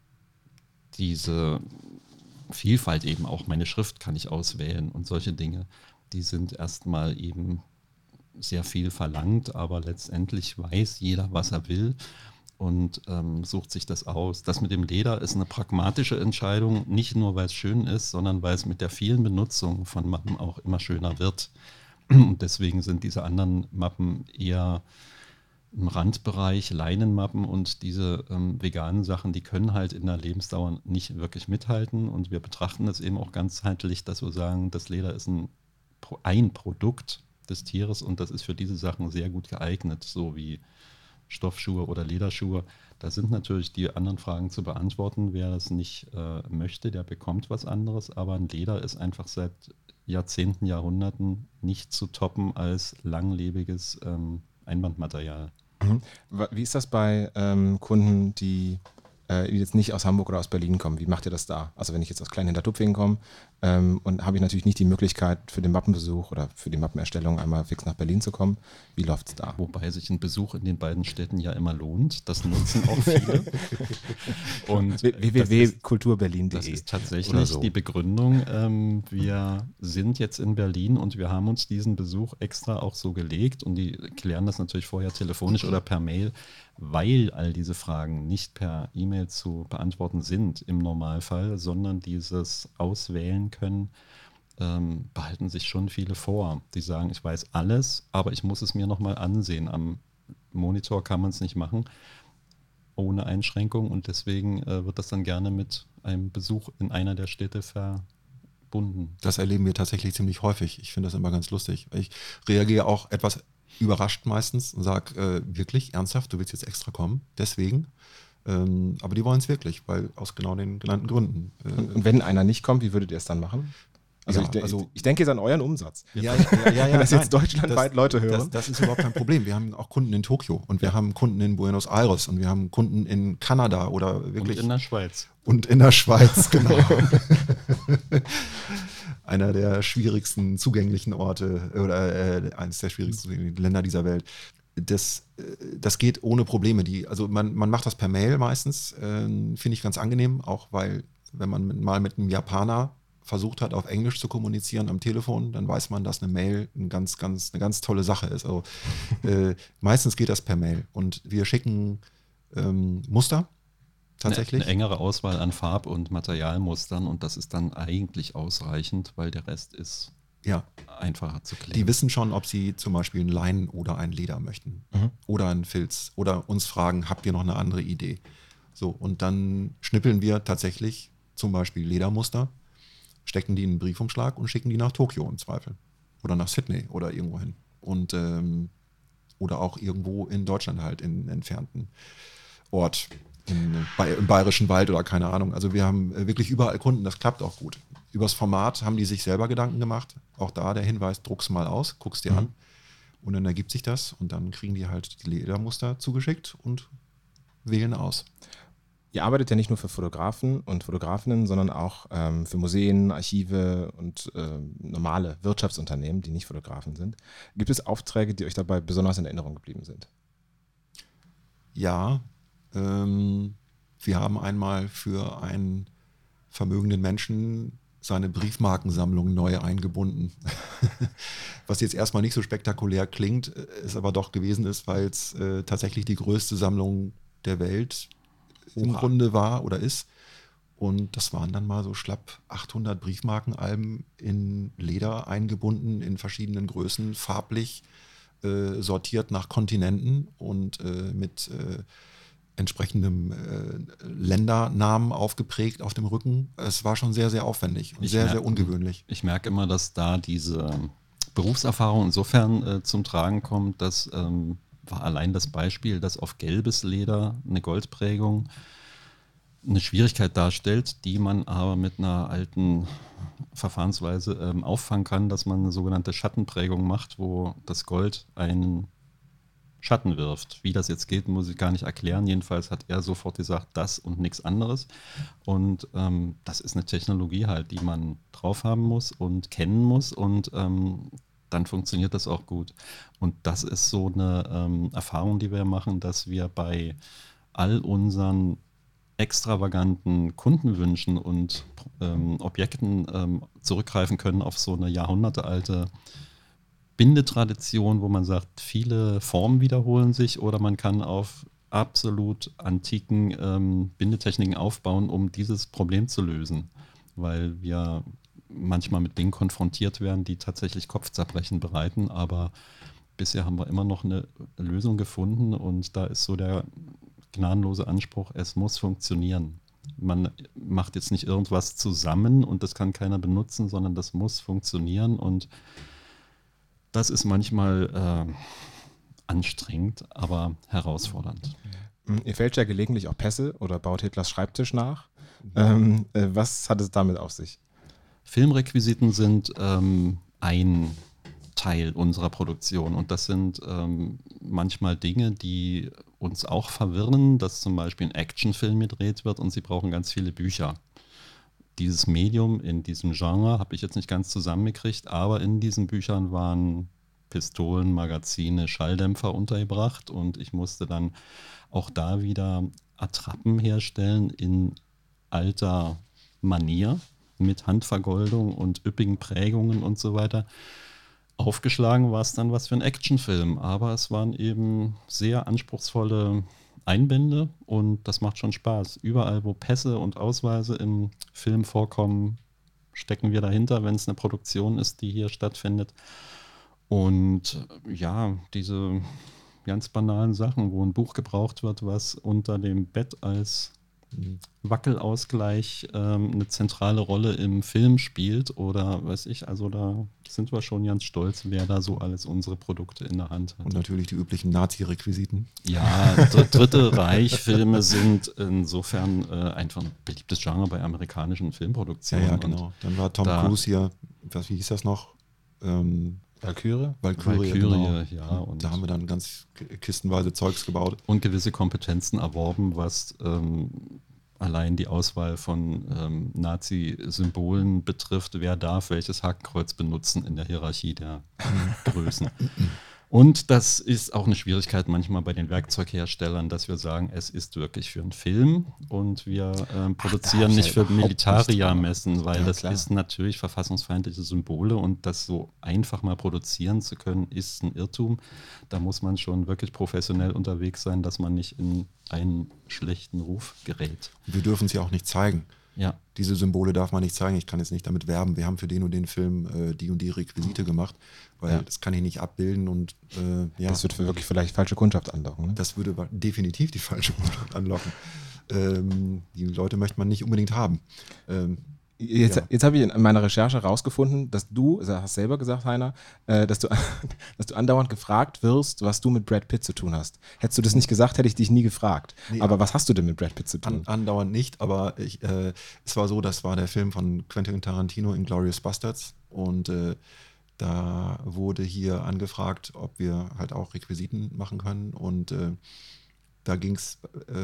diese Vielfalt eben auch, meine Schrift kann ich auswählen und solche Dinge, die sind erstmal eben sehr viel verlangt, aber letztendlich weiß jeder, was er will und sucht sich das aus. Das mit dem Leder ist eine pragmatische Entscheidung, nicht nur, weil es schön ist, sondern weil es mit der vielen Benutzung von Mappen auch immer schöner wird. Und deswegen sind diese anderen Mappen eher im Randbereich, Leinenmappen und diese veganen Sachen, die können halt in der Lebensdauer nicht wirklich mithalten. Und wir betrachten das eben auch ganzheitlich, dass wir sagen, das Leder ist ein Produkt des Tieres und das ist für diese Sachen sehr gut geeignet, so wie Stoffschuhe oder Lederschuhe. Da sind natürlich die anderen Fragen zu beantworten. Wer das nicht möchte, der bekommt was anderes. Aber ein Leder ist einfach seit Jahrzehnten, Jahrhunderten nicht zu toppen als langlebiges Einbandmaterial. Wie ist das bei Kunden, die jetzt nicht aus Hamburg oder aus Berlin kommen? Wie macht ihr das da? Also wenn ich jetzt aus Klein-Hintertupfingen komme und habe ich natürlich nicht die Möglichkeit für den Mappenbesuch oder für die Mappenerstellung einmal fix nach Berlin zu kommen. Wie läuft es da? Wobei sich ein Besuch in den beiden Städten ja immer lohnt. Das nutzen auch viele. Und www.kulturberlin.de. Das ist tatsächlich die Begründung. Wir sind jetzt in Berlin und wir haben uns diesen Besuch extra auch so gelegt und die klären das natürlich vorher telefonisch oder per Mail, weil all diese Fragen nicht per E-Mail zu beantworten sind im Normalfall, sondern dieses Auswählen können, behalten sich schon viele vor. Die sagen, ich weiß alles, aber ich muss es mir nochmal ansehen. Am Monitor kann man es nicht machen ohne Einschränkung und deswegen wird das dann gerne mit einem Besuch in einer der Städte verbunden. Das erleben wir tatsächlich ziemlich häufig. Ich finde das immer ganz lustig. Ich reagiere auch etwas überrascht meistens und sage, wirklich, ernsthaft, du willst jetzt extra kommen? Deswegen? Aber die wollen es wirklich, weil aus genau den genannten Gründen. Und wenn einer nicht kommt, wie würdet ihr es dann machen? Also, ja, ich denke jetzt an euren Umsatz. Ja, wenn das jetzt deutschlandweit Leute hören. Das ist überhaupt kein Problem. Wir haben auch Kunden in Tokio und wir haben Kunden in Buenos Aires und wir haben Kunden in Kanada oder wirklich. Und in der Schweiz. Und in der Schweiz, genau. Einer der schwierigsten zugänglichen Orte oder eines der schwierigsten Länder dieser Welt. Das geht ohne Probleme. Also man macht das per Mail meistens, finde ich ganz angenehm, auch weil, wenn man mal mit einem Japaner versucht hat, auf Englisch zu kommunizieren am Telefon, dann weiß man, dass eine Mail eine ganz tolle Sache ist. Also meistens geht das per Mail und wir schicken Muster tatsächlich. Eine engere Auswahl an Farb- und Materialmustern und das ist dann eigentlich ausreichend, weil der Rest ist einfacher zu klären. Die wissen schon, ob sie zum Beispiel ein Leinen oder ein Leder möchten oder einen Filz oder uns fragen, habt ihr noch eine andere Idee? So, und dann schnippeln wir tatsächlich zum Beispiel Ledermuster, stecken die in einen Briefumschlag und schicken die nach Tokio im Zweifel oder nach Sydney oder irgendwo hin und oder auch irgendwo in Deutschland halt in einen entfernten Ort. Im Bayerischen Wald oder keine Ahnung. Also wir haben wirklich überall Kunden, das klappt auch gut. Übers Format haben die sich selber Gedanken gemacht. Auch da der Hinweis, druck's mal aus, guck's dir an. Und dann ergibt sich das und dann kriegen die halt die Ledermuster zugeschickt und wählen aus. Ihr arbeitet ja nicht nur für Fotografen und Fotografinnen, sondern auch für Museen, Archive und normale Wirtschaftsunternehmen, die nicht Fotografen sind. Gibt es Aufträge, die euch dabei besonders in Erinnerung geblieben sind? Ja, wir haben einmal für einen vermögenden Menschen seine Briefmarkensammlung neu eingebunden. Was jetzt erstmal nicht so spektakulär klingt, es aber doch gewesen ist, weil es tatsächlich die größte Sammlung der Welt im Grunde war oder ist. Und das waren dann mal so schlapp 800 Briefmarkenalben in Leder eingebunden, in verschiedenen Größen, farblich. sortiert nach Kontinenten und mit entsprechendem Ländernamen aufgeprägt auf dem Rücken. Es war schon sehr, sehr aufwendig und sehr ungewöhnlich. Ich merke immer, dass da diese Berufserfahrung insofern zum Tragen kommt, dass war allein das Beispiel, dass auf gelbes Leder eine Goldprägung eine Schwierigkeit darstellt, die man aber mit einer alten Verfahrensweise auffangen kann, dass man eine sogenannte Schattenprägung macht, wo das Gold einen Schatten wirft. Wie das jetzt geht, muss ich gar nicht erklären. Jedenfalls hat er sofort gesagt, das und nichts anderes. Und das ist eine Technologie halt, die man drauf haben muss und kennen muss und dann funktioniert das auch gut. Und das ist so eine Erfahrung, die wir machen, dass wir bei all unseren extravaganten Kundenwünschen und Objekten zurückgreifen können auf so eine jahrhundertealte Bindetradition, wo man sagt, viele Formen wiederholen sich oder man kann auf absolut antiken Bindetechniken aufbauen, um dieses Problem zu lösen, weil wir manchmal mit Dingen konfrontiert werden, die tatsächlich Kopfzerbrechen bereiten, aber bisher haben wir immer noch eine Lösung gefunden und da ist so der gnadenlose Anspruch, es muss funktionieren. Man macht jetzt nicht irgendwas zusammen und das kann keiner benutzen, sondern das muss funktionieren und das ist manchmal anstrengend, aber herausfordernd. Ihr fälscht ja gelegentlich auch Pässe oder baut Hitlers Schreibtisch nach. Was hat es damit auf sich? Filmrequisiten sind ein Teil unserer Produktion und das sind manchmal Dinge, die uns auch verwirren, dass zum Beispiel ein Actionfilm gedreht wird und sie brauchen ganz viele Bücher. Dieses Medium in diesem Genre habe ich jetzt nicht ganz zusammengekriegt, aber in diesen Büchern waren Pistolen, Magazine, Schalldämpfer untergebracht und ich musste dann auch da wieder Attrappen herstellen in alter Manier mit Handvergoldung und üppigen Prägungen und so weiter. Aufgeschlagen war es dann was für ein Actionfilm, aber es waren eben sehr anspruchsvolle Einbände und das macht schon Spaß. Überall, wo Pässe und Ausweise im Film vorkommen, stecken wir dahinter, wenn es eine Produktion ist, die hier stattfindet. Und ja, diese ganz banalen Sachen, wo ein Buch gebraucht wird, was unter dem Bett als Wackelausgleich eine zentrale Rolle im Film spielt oder weiß ich, also da sind wir schon ganz stolz, wer da so alles unsere Produkte in der Hand hat. Und natürlich die üblichen Nazi-Requisiten. Ja, Dritte Reich-Filme sind insofern einfach ein beliebtes Genre bei amerikanischen Filmproduktionen. Ja, genau. Dann war Tom Cruise hier, wie hieß das noch? Valkyrie, genau. Ja. Und da haben wir dann ganz kistenweise Zeugs gebaut. Und gewisse Kompetenzen erworben, was allein die Auswahl von Nazi-Symbolen betrifft. Wer darf welches Hakenkreuz benutzen in der Hierarchie der Größen? Und das ist auch eine Schwierigkeit manchmal bei den Werkzeugherstellern, dass wir sagen, es ist wirklich für einen Film und wir produzieren nicht für Militaria-Messen, weil das ist natürlich verfassungsfeindliche Symbole und das so einfach mal produzieren zu können, ist ein Irrtum. Da muss man schon wirklich professionell unterwegs sein, dass man nicht in einen schlechten Ruf gerät. Wir dürfen es ja auch nicht zeigen. Ja. Diese Symbole darf man nicht zeigen, ich kann jetzt nicht damit werben, wir haben für den und den Film die und die Requisite gemacht, weil das kann ich nicht abbilden und das wird wirklich vielleicht falsche Kundschaft anlocken. Ne? Das würde definitiv die falsche Kundschaft anlocken. Die Leute möchte man nicht unbedingt haben. Jetzt habe ich in meiner Recherche herausgefunden, dass du hast selber gesagt, Heiner, dass du andauernd gefragt wirst, was du mit Brad Pitt zu tun hast. Hättest du das nicht gesagt, hätte ich dich nie gefragt. Nee, aber was hast du denn mit Brad Pitt zu tun? Andauernd nicht, aber es war so, das war der Film von Quentin Tarantino, Inglourious Basterds und da wurde hier angefragt, ob wir halt auch Requisiten machen können und da ging es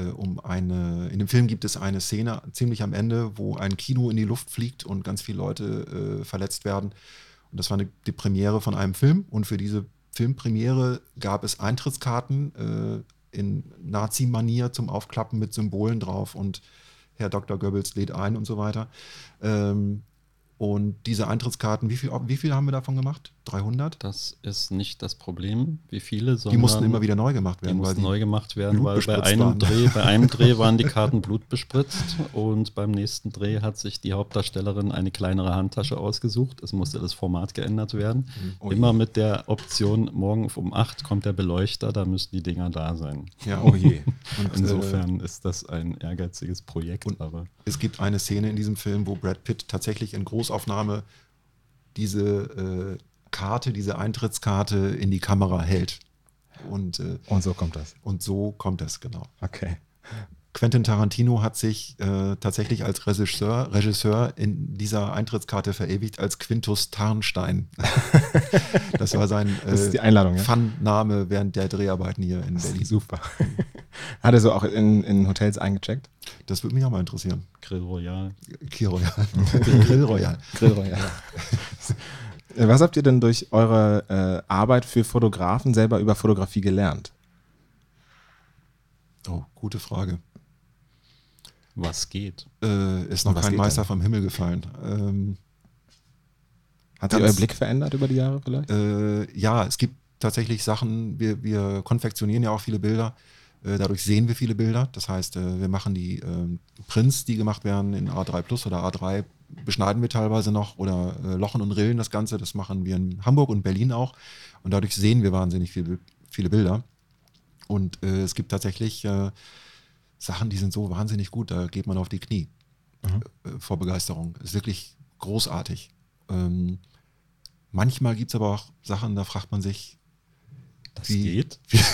in dem Film gibt es eine Szene ziemlich am Ende, wo ein Kino in die Luft fliegt und ganz viele Leute verletzt werden. Und das war die Premiere von einem Film. Und für diese Filmpremiere gab es Eintrittskarten in Nazi-Manier zum Aufklappen mit Symbolen drauf. Und Herr Dr. Goebbels lädt ein und so weiter. Und diese Eintrittskarten, wie viel haben wir davon gemacht? 300? Das ist nicht das Problem, wie viele, sondern Die mussten immer wieder neu gemacht werden. Die mussten neu gemacht werden, weil bei blutbespritzt einem Dreh waren die Karten blutbespritzt und beim nächsten Dreh hat sich die Hauptdarstellerin eine kleinere Handtasche ausgesucht. Es musste das Format geändert werden. Oh Immer je. mit der Option, morgen um 8 kommt der Beleuchter, da müssen die Dinger da sein. Ja, oh je. Und, Insofern ist das ein ehrgeiziges Projekt. Und aber es gibt eine Szene in diesem Film, wo Brad Pitt tatsächlich in Großaufnahme diese Karte, diese Eintrittskarte in die Kamera hält. Und so kommt das. Und so kommt es, genau. Okay. Quentin Tarantino hat sich tatsächlich als Regisseur in dieser Eintrittskarte verewigt als Quintus Tarnstein. Das war sein Das ist die Einladung, ja? Fun-Name während der Dreharbeiten hier in Berlin. Super. Hat er so auch in Hotels eingecheckt? Das würde mich auch mal interessieren. Grill Royal. Grill Royal. Grill Royal. Was habt ihr denn durch eure Arbeit für Fotografen selber über Fotografie gelernt? Oh, gute Frage. Was geht? Ist noch was kein geht Meister denn? vom Himmel gefallen. Hat sich euer Blick verändert über die Jahre vielleicht? Ja, es gibt tatsächlich Sachen, wir konfektionieren ja auch viele Bilder, dadurch sehen wir viele Bilder. Das heißt, wir machen die Prints, die gemacht werden in A3 Plus oder A3, beschneiden wir teilweise noch oder lochen und rillen das Ganze. Das machen wir in Hamburg und Berlin auch. Und dadurch sehen wir wahnsinnig viele Bilder. Und es gibt tatsächlich Sachen, die sind so wahnsinnig gut, da geht man auf die Knie vor Begeisterung. Ist wirklich großartig. Manchmal gibt es aber auch Sachen, da fragt man sich, Das wie geht?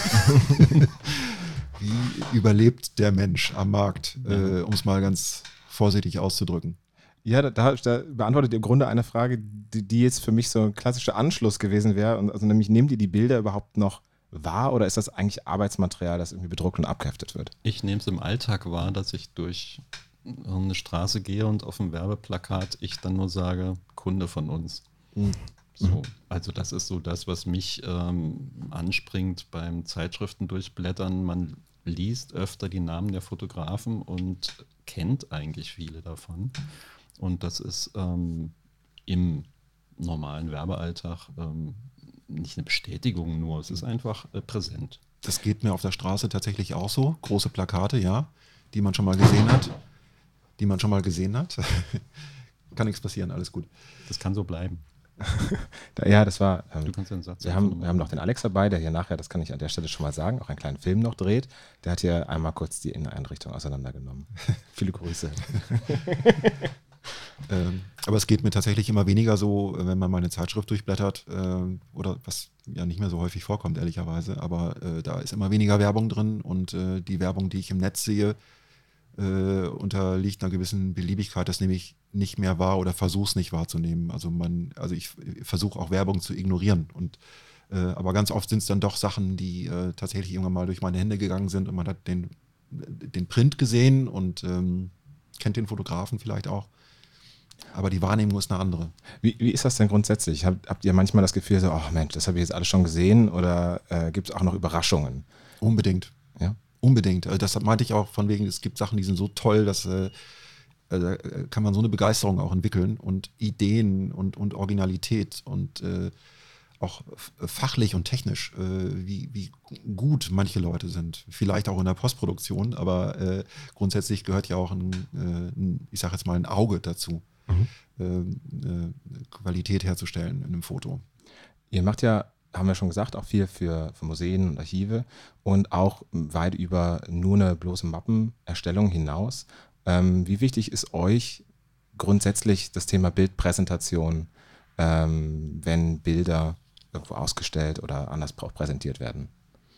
wie überlebt der Mensch am Markt, um es mal ganz vorsichtig auszudrücken. Ja, da beantwortet ihr im Grunde eine Frage, die jetzt für mich so ein klassischer Anschluss gewesen wäre. Und also nämlich, nehmt ihr die Bilder überhaupt noch wahr oder ist das eigentlich Arbeitsmaterial, das irgendwie bedruckt und abgeheftet wird? Ich nehme es im Alltag wahr, dass ich durch eine Straße gehe und auf dem Werbeplakat ich dann nur sage, Kunde von uns. So, also das ist so das, was mich anspringt beim Zeitschriften durchblättern. Man liest öfter die Namen der Fotografen und kennt eigentlich viele davon. Und das ist im normalen Werbealltag nicht eine Bestätigung nur, es ist einfach präsent. Das geht mir auf der Straße tatsächlich auch so. Große Plakate, ja, die man schon mal gesehen hat. Kann nichts passieren, alles gut. Das kann so bleiben. Ja, das war. Du kannst ja einen Satz wir haben noch den Alex dabei, der hier nachher, das kann ich an der Stelle schon mal sagen, auch einen kleinen Film noch dreht. Der hat hier einmal kurz die Inneneinrichtung auseinandergenommen. Viele Grüße. Aber es geht mir tatsächlich immer weniger so, wenn man mal eine Zeitschrift durchblättert oder was ja nicht mehr so häufig vorkommt, ehrlicherweise. Aber da ist immer weniger Werbung drin und die Werbung, die ich im Netz sehe, unterliegt einer gewissen Beliebigkeit. Das nehme ich nicht mehr wahr oder versuche es nicht wahrzunehmen. Also ich versuche auch Werbung zu ignorieren. Aber ganz oft sind es dann doch Sachen, die tatsächlich irgendwann mal durch meine Hände gegangen sind und man hat den Print gesehen und kennt den Fotografen vielleicht auch. Aber die Wahrnehmung ist eine andere. Wie ist das denn grundsätzlich? Habt ihr manchmal das Gefühl, so, ach Mensch, das habe ich jetzt alles schon gesehen oder gibt es auch noch Überraschungen? Unbedingt. Ja? Unbedingt. Also das meinte ich auch von wegen, es gibt Sachen, die sind so toll, dass da kann man so eine Begeisterung auch entwickeln und Ideen und Originalität und auch fachlich und technisch, wie gut manche Leute sind. Vielleicht auch in der Postproduktion, aber grundsätzlich gehört ja auch ich sage jetzt mal, ein Auge dazu, Qualität herzustellen in einem Foto. Ihr macht ja, haben wir schon gesagt, auch viel für Museen und Archive und auch weit über nur eine bloße Mappenerstellung hinaus. Wie wichtig ist euch grundsätzlich das Thema Bildpräsentation, wenn Bilder irgendwo ausgestellt oder anders auch präsentiert werden?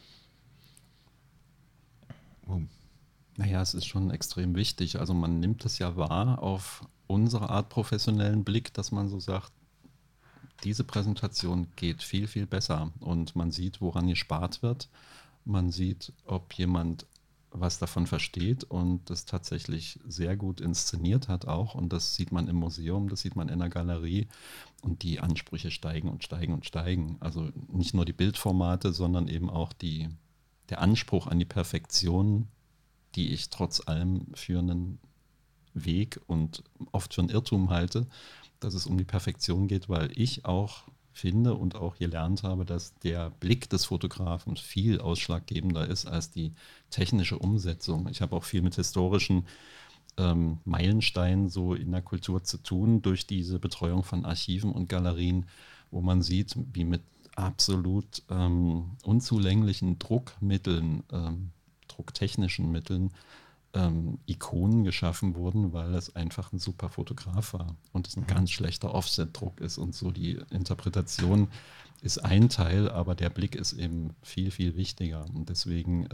Naja, es ist schon extrem wichtig. Also man nimmt es ja wahr auf unsere Art professionellen Blick, dass man so sagt, diese Präsentation geht viel, viel besser und man sieht, woran gespart wird. Man sieht, ob jemand was davon versteht und das tatsächlich sehr gut inszeniert hat auch. Und das sieht man im Museum, das sieht man in der Galerie und die Ansprüche steigen und steigen und steigen. Also nicht nur die Bildformate, sondern eben auch der Anspruch an die Perfektion, die ich trotz allem für einen Weg und oft für einen Irrtum halte, dass es um die Perfektion geht, weil ich auch finde und auch gelernt habe, dass der Blick des Fotografen viel ausschlaggebender ist als die technische Umsetzung. Ich habe auch viel mit historischen Meilensteinen so in der Kultur zu tun, durch diese Betreuung von Archiven und Galerien, wo man sieht, wie mit absolut unzulänglichen Druckmitteln, drucktechnischen Mitteln, Ikonen geschaffen wurden, weil es einfach ein super Fotograf war und es ein ganz schlechter Offset-Druck ist und so. Die Interpretation ist ein Teil, aber der Blick ist eben viel, viel wichtiger und deswegen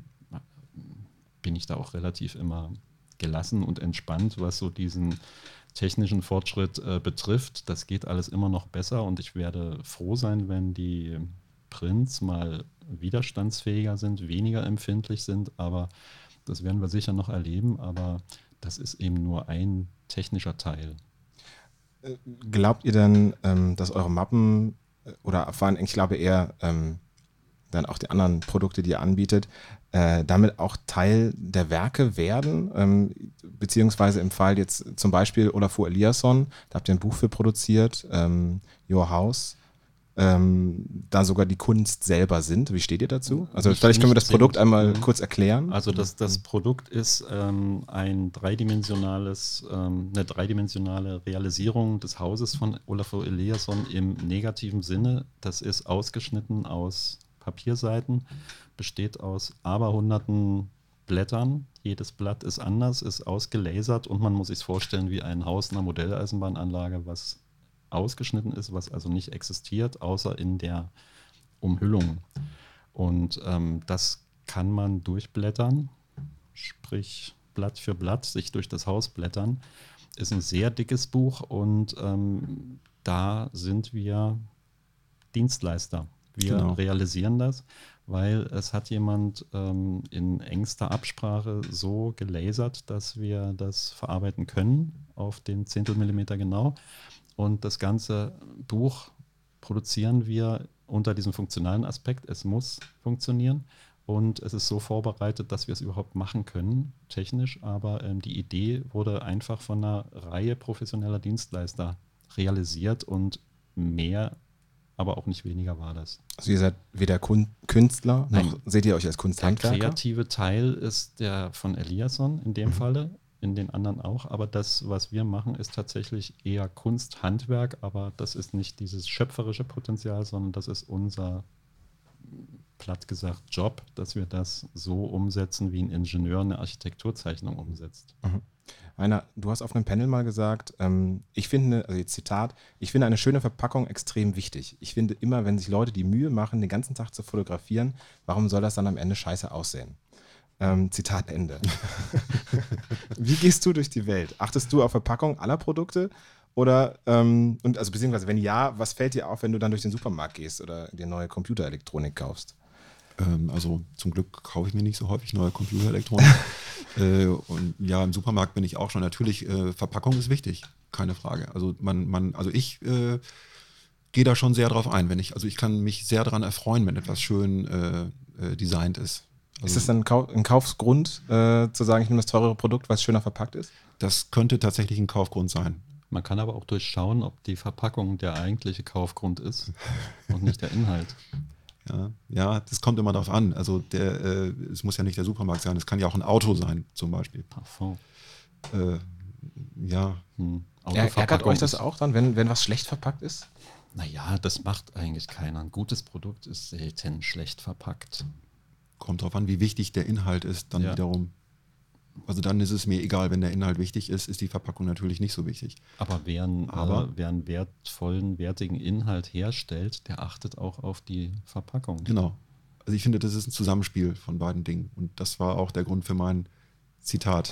bin ich da auch relativ immer gelassen und entspannt, was so diesen technischen Fortschritt betrifft. Das geht alles immer noch besser und ich werde froh sein, wenn die Prints mal widerstandsfähiger sind, weniger empfindlich sind, aber das werden wir sicher noch erleben, aber das ist eben nur ein technischer Teil. Glaubt ihr denn, dass eure Mappen oder vor allem, ich glaube eher dann auch die anderen Produkte, die ihr anbietet, damit auch Teil der Werke werden? Beziehungsweise im Fall jetzt zum Beispiel Olafur Eliasson, da habt ihr ein Buch für produziert, Your House, da sogar die Kunst selber sind. Wie steht ihr dazu? Also vielleicht können wir das Produkt einmal kurz erklären. Also das Produkt ist eine dreidimensionale Realisierung des Hauses von Olafur Eliasson im negativen Sinne. Das ist ausgeschnitten aus Papierseiten, besteht aus aberhunderten Blättern. Jedes Blatt ist anders, ist ausgelasert und man muss sich vorstellen wie ein Haus einer Modelleisenbahnanlage, was ausgeschnitten ist, was also nicht existiert, außer in der Umhüllung. Und das kann man durchblättern, sprich Blatt für Blatt, sich durch das Haus blättern. Ist ein sehr dickes Buch und da sind wir Dienstleister. Wir realisieren das, weil es hat jemand in engster Absprache so gelasert, dass wir das verarbeiten können, auf den Zehntelmillimeter genau. Und das ganze Buch produzieren wir unter diesem funktionalen Aspekt. Es muss funktionieren und es ist so vorbereitet, dass wir es überhaupt machen können, technisch. Aber die Idee wurde einfach von einer Reihe professioneller Dienstleister realisiert und mehr, aber auch nicht weniger war das. Also ihr seid weder Künstler, noch seht ihr euch als Kunsthandwerker? Der kreative Teil ist der von Eliasson in dem Falle, in den anderen auch, aber das, was wir machen, ist tatsächlich eher Kunsthandwerk, aber das ist nicht dieses schöpferische Potenzial, sondern das ist unser, platt gesagt, Job, dass wir das so umsetzen, wie ein Ingenieur eine Architekturzeichnung umsetzt. Mhm. Rainer, du hast auf einem Panel mal gesagt, ich finde, also jetzt Zitat, ich finde eine schöne Verpackung extrem wichtig. Ich finde immer, wenn sich Leute die Mühe machen, den ganzen Tag zu fotografieren, warum soll das dann am Ende scheiße aussehen? Zitat Ende. Wie gehst du durch die Welt? Achtest du auf Verpackung aller Produkte? Oder, und also beziehungsweise wenn ja, was fällt dir auf, wenn du dann durch den Supermarkt gehst oder dir neue Computerelektronik kaufst? Also zum Glück kaufe ich mir nicht so häufig neue Computerelektronik. Und ja, im Supermarkt bin ich auch schon. Natürlich, Verpackung ist wichtig, keine Frage. Also also ich gehe da schon sehr drauf ein. Also ich kann mich sehr daran erfreuen, wenn etwas schön designt ist. Also, ist das dann ein Kaufgrund, zu sagen, ich nehme das teurere Produkt, weil es schöner verpackt ist? Das könnte tatsächlich ein Kaufgrund sein. Man kann aber auch durchschauen, ob die Verpackung der eigentliche Kaufgrund ist und nicht der Inhalt. Ja, das kommt immer darauf an. Also es muss ja nicht der Supermarkt sein, es kann ja auch ein Auto sein, zum Beispiel. Parfum. Ja. Ärgert euch das auch dann, wenn was schlecht verpackt ist? Naja, das macht eigentlich keiner. Ein gutes Produkt ist selten schlecht verpackt. Kommt darauf an, wie wichtig der Inhalt ist, dann wiederum. Also dann ist es mir egal, wenn der Inhalt wichtig ist, ist die Verpackung natürlich nicht so wichtig. Aber wer einen wertvollen, wertigen Inhalt herstellt, der achtet auch auf die Verpackung. Genau. Also ich finde, das ist ein Zusammenspiel von beiden Dingen. Und das war auch der Grund für mein Zitat.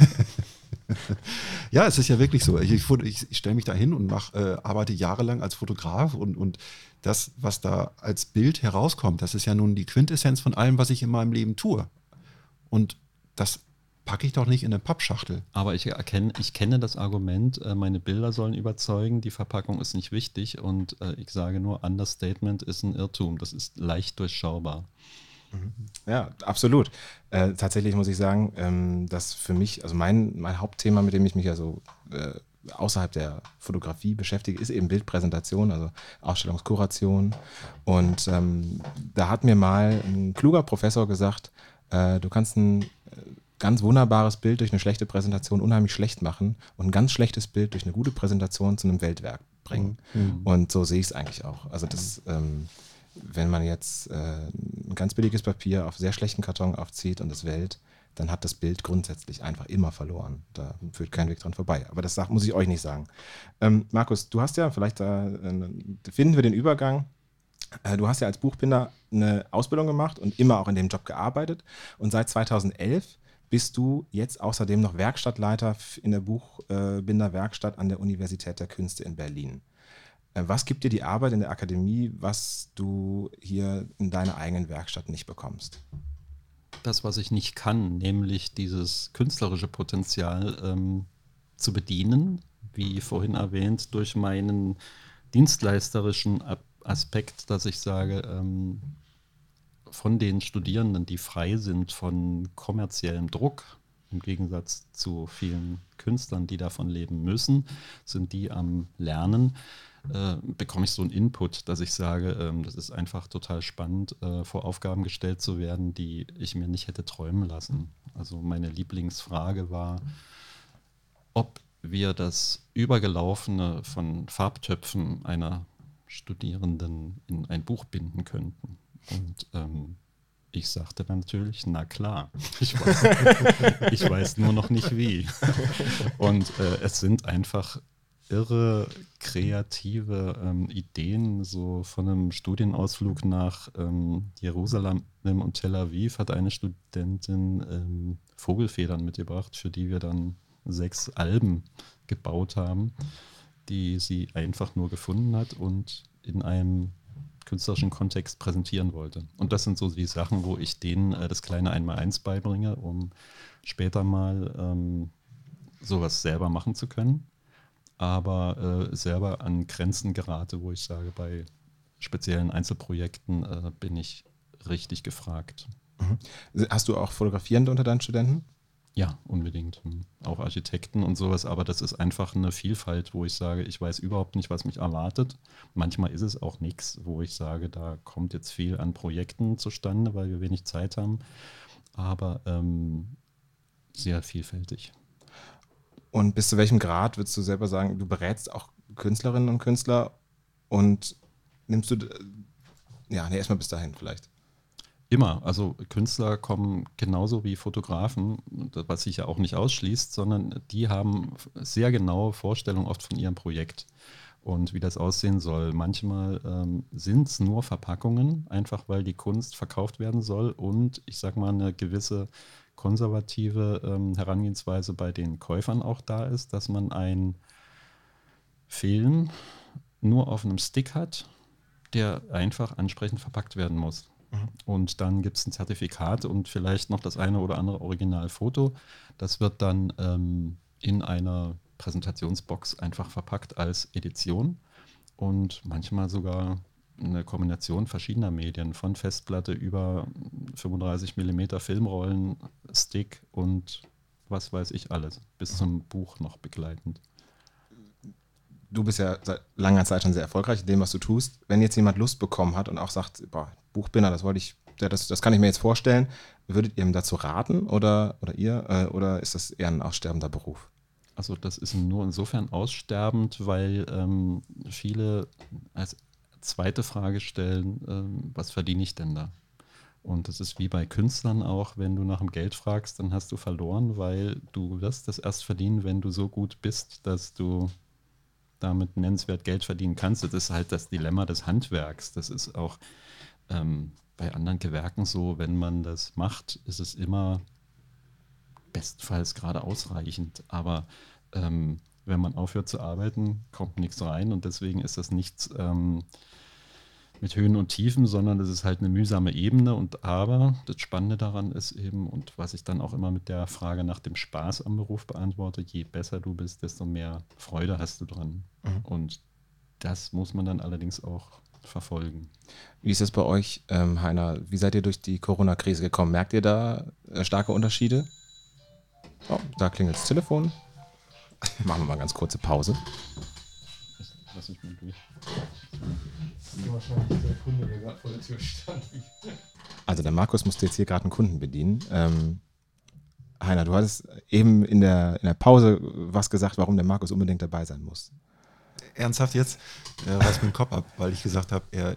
Ja, es ist ja wirklich so. Ich stelle mich da hin und arbeite jahrelang als Fotograf und das, was da als Bild herauskommt, das ist ja nun die Quintessenz von allem, was ich in meinem Leben tue. Und das packe ich doch nicht in eine Pappschachtel. Aber ich kenne das Argument, meine Bilder sollen überzeugen, die Verpackung ist nicht wichtig und ich sage nur, Understatement ist ein Irrtum. Das ist leicht durchschaubar. Ja, absolut. Tatsächlich muss ich sagen, dass für mich, also mein Hauptthema, mit dem ich mich ja so außerhalb der Fotografie beschäftige, ist eben Bildpräsentation, also Ausstellungskuration. Und da hat mir mal ein kluger Professor gesagt, du kannst ein ganz wunderbares Bild durch eine schlechte Präsentation unheimlich schlecht machen und ein ganz schlechtes Bild durch eine gute Präsentation zu einem Weltwerk bringen. Und so sehe ich es eigentlich auch. Also das, wenn man jetzt ein ganz billiges Papier auf sehr schlechten Karton aufzieht und es wählt, dann hat das Bild grundsätzlich einfach immer verloren. Da führt kein Weg dran vorbei. Aber das muss ich euch nicht sagen. Markus, du hast ja, vielleicht finden wir den Übergang. Du hast ja als Buchbinder eine Ausbildung gemacht und immer auch in dem Job gearbeitet. Und seit 2011 bist du jetzt außerdem noch Werkstattleiter in der Buchbinderwerkstatt an der Universität der Künste in Berlin. Was gibt dir die Arbeit in der Akademie, was du hier in deiner eigenen Werkstatt nicht bekommst? Das, was ich nicht kann, nämlich dieses künstlerische Potenzial zu bedienen, wie vorhin erwähnt, durch meinen dienstleisterischen Aspekt, dass ich sage, von den Studierenden, die frei sind von kommerziellem Druck, im Gegensatz zu vielen Künstlern, die davon leben müssen, sind die am Lernen, bekomme ich so einen Input, dass ich sage, das ist einfach total spannend, vor Aufgaben gestellt zu werden, die ich mir nicht hätte träumen lassen. Also meine Lieblingsfrage war, ob wir das Übergelaufene von Farbtöpfen einer Studierenden in ein Buch binden könnten. Und ich sagte dann natürlich, na klar, ich weiß nur noch nicht wie. Und es sind einfach irre kreative Ideen, so von einem Studienausflug nach Jerusalem und Tel Aviv hat eine Studentin Vogelfedern mitgebracht, für die wir dann 6 Alben gebaut haben, die sie einfach nur gefunden hat und in einem künstlerischen Kontext präsentieren wollte. Und das sind so die Sachen, wo ich denen das kleine 1x1 beibringe, um später mal sowas selber machen zu können. Aber selber an Grenzen gerate, wo ich sage, bei speziellen Einzelprojekten bin ich richtig gefragt. Hast du auch Fotografierende unter deinen Studenten? Ja, unbedingt. Auch Architekten und sowas, aber das ist einfach eine Vielfalt, wo ich sage, ich weiß überhaupt nicht, was mich erwartet. Manchmal ist es auch nichts, wo ich sage, da kommt jetzt viel an Projekten zustande, weil wir wenig Zeit haben, aber sehr vielfältig. Und bis zu welchem Grad würdest du selber sagen, du berätst auch Künstlerinnen und Künstler und nimmst du, erstmal bis dahin vielleicht. Immer, also Künstler kommen genauso wie Fotografen, was sich ja auch nicht ausschließt, sondern die haben sehr genaue Vorstellungen oft von ihrem Projekt und wie das aussehen soll. Manchmal sind es nur Verpackungen, einfach weil die Kunst verkauft werden soll und ich sag mal eine gewisse konservative Herangehensweise bei den Käufern auch da ist, dass man einen Film nur auf einem Stick hat, der einfach ansprechend verpackt werden muss. Und dann gibt es ein Zertifikat und vielleicht noch das eine oder andere Originalfoto. Das wird dann in einer Präsentationsbox einfach verpackt als Edition und manchmal sogar eine Kombination verschiedener Medien, von Festplatte über 35 mm Filmrollen, Stick und was weiß ich alles, bis zum Buch noch begleitend. Du bist ja seit langer Zeit schon sehr erfolgreich in dem, was du tust. Wenn jetzt jemand Lust bekommen hat und auch sagt, Buchbinder, das kann ich mir jetzt vorstellen, würdet ihr ihm dazu raten oder ist das eher ein aussterbender Beruf? Also das ist nur insofern aussterbend, weil viele als zweite Frage stellen, was verdiene ich denn da? Und das ist wie bei Künstlern auch, wenn du nach dem Geld fragst, dann hast du verloren, weil du wirst das erst verdienen, wenn du so gut bist, dass du damit nennenswert Geld verdienen kannst. Das ist halt das Dilemma des Handwerks. Das ist auch bei anderen Gewerken so, wenn man das macht, ist es immer bestenfalls gerade ausreichend. Aber wenn man aufhört zu arbeiten, kommt nichts rein und deswegen ist das nichts mit Höhen und Tiefen, sondern das ist halt eine mühsame Ebene. Aber das Spannende daran ist eben, und was ich dann auch immer mit der Frage nach dem Spaß am Beruf beantworte, je besser du bist, desto mehr Freude hast du dran. Und das muss man dann allerdings auch verfolgen. Wie ist es bei euch, Heiner? Wie seid ihr durch die Corona-Krise gekommen? Merkt ihr da starke Unterschiede? Oh, da klingelt das Telefon. Machen wir mal ganz kurze Pause. Lass mich mal durch. Wahrscheinlich der Kunde, der gerade vor der Tür stand. Also der Markus musste jetzt hier gerade einen Kunden bedienen. Heiner, du hattest eben in der Pause was gesagt, warum der Markus unbedingt dabei sein muss. Ernsthaft jetzt? Reißt mir den Kopf ab, weil ich gesagt habe, er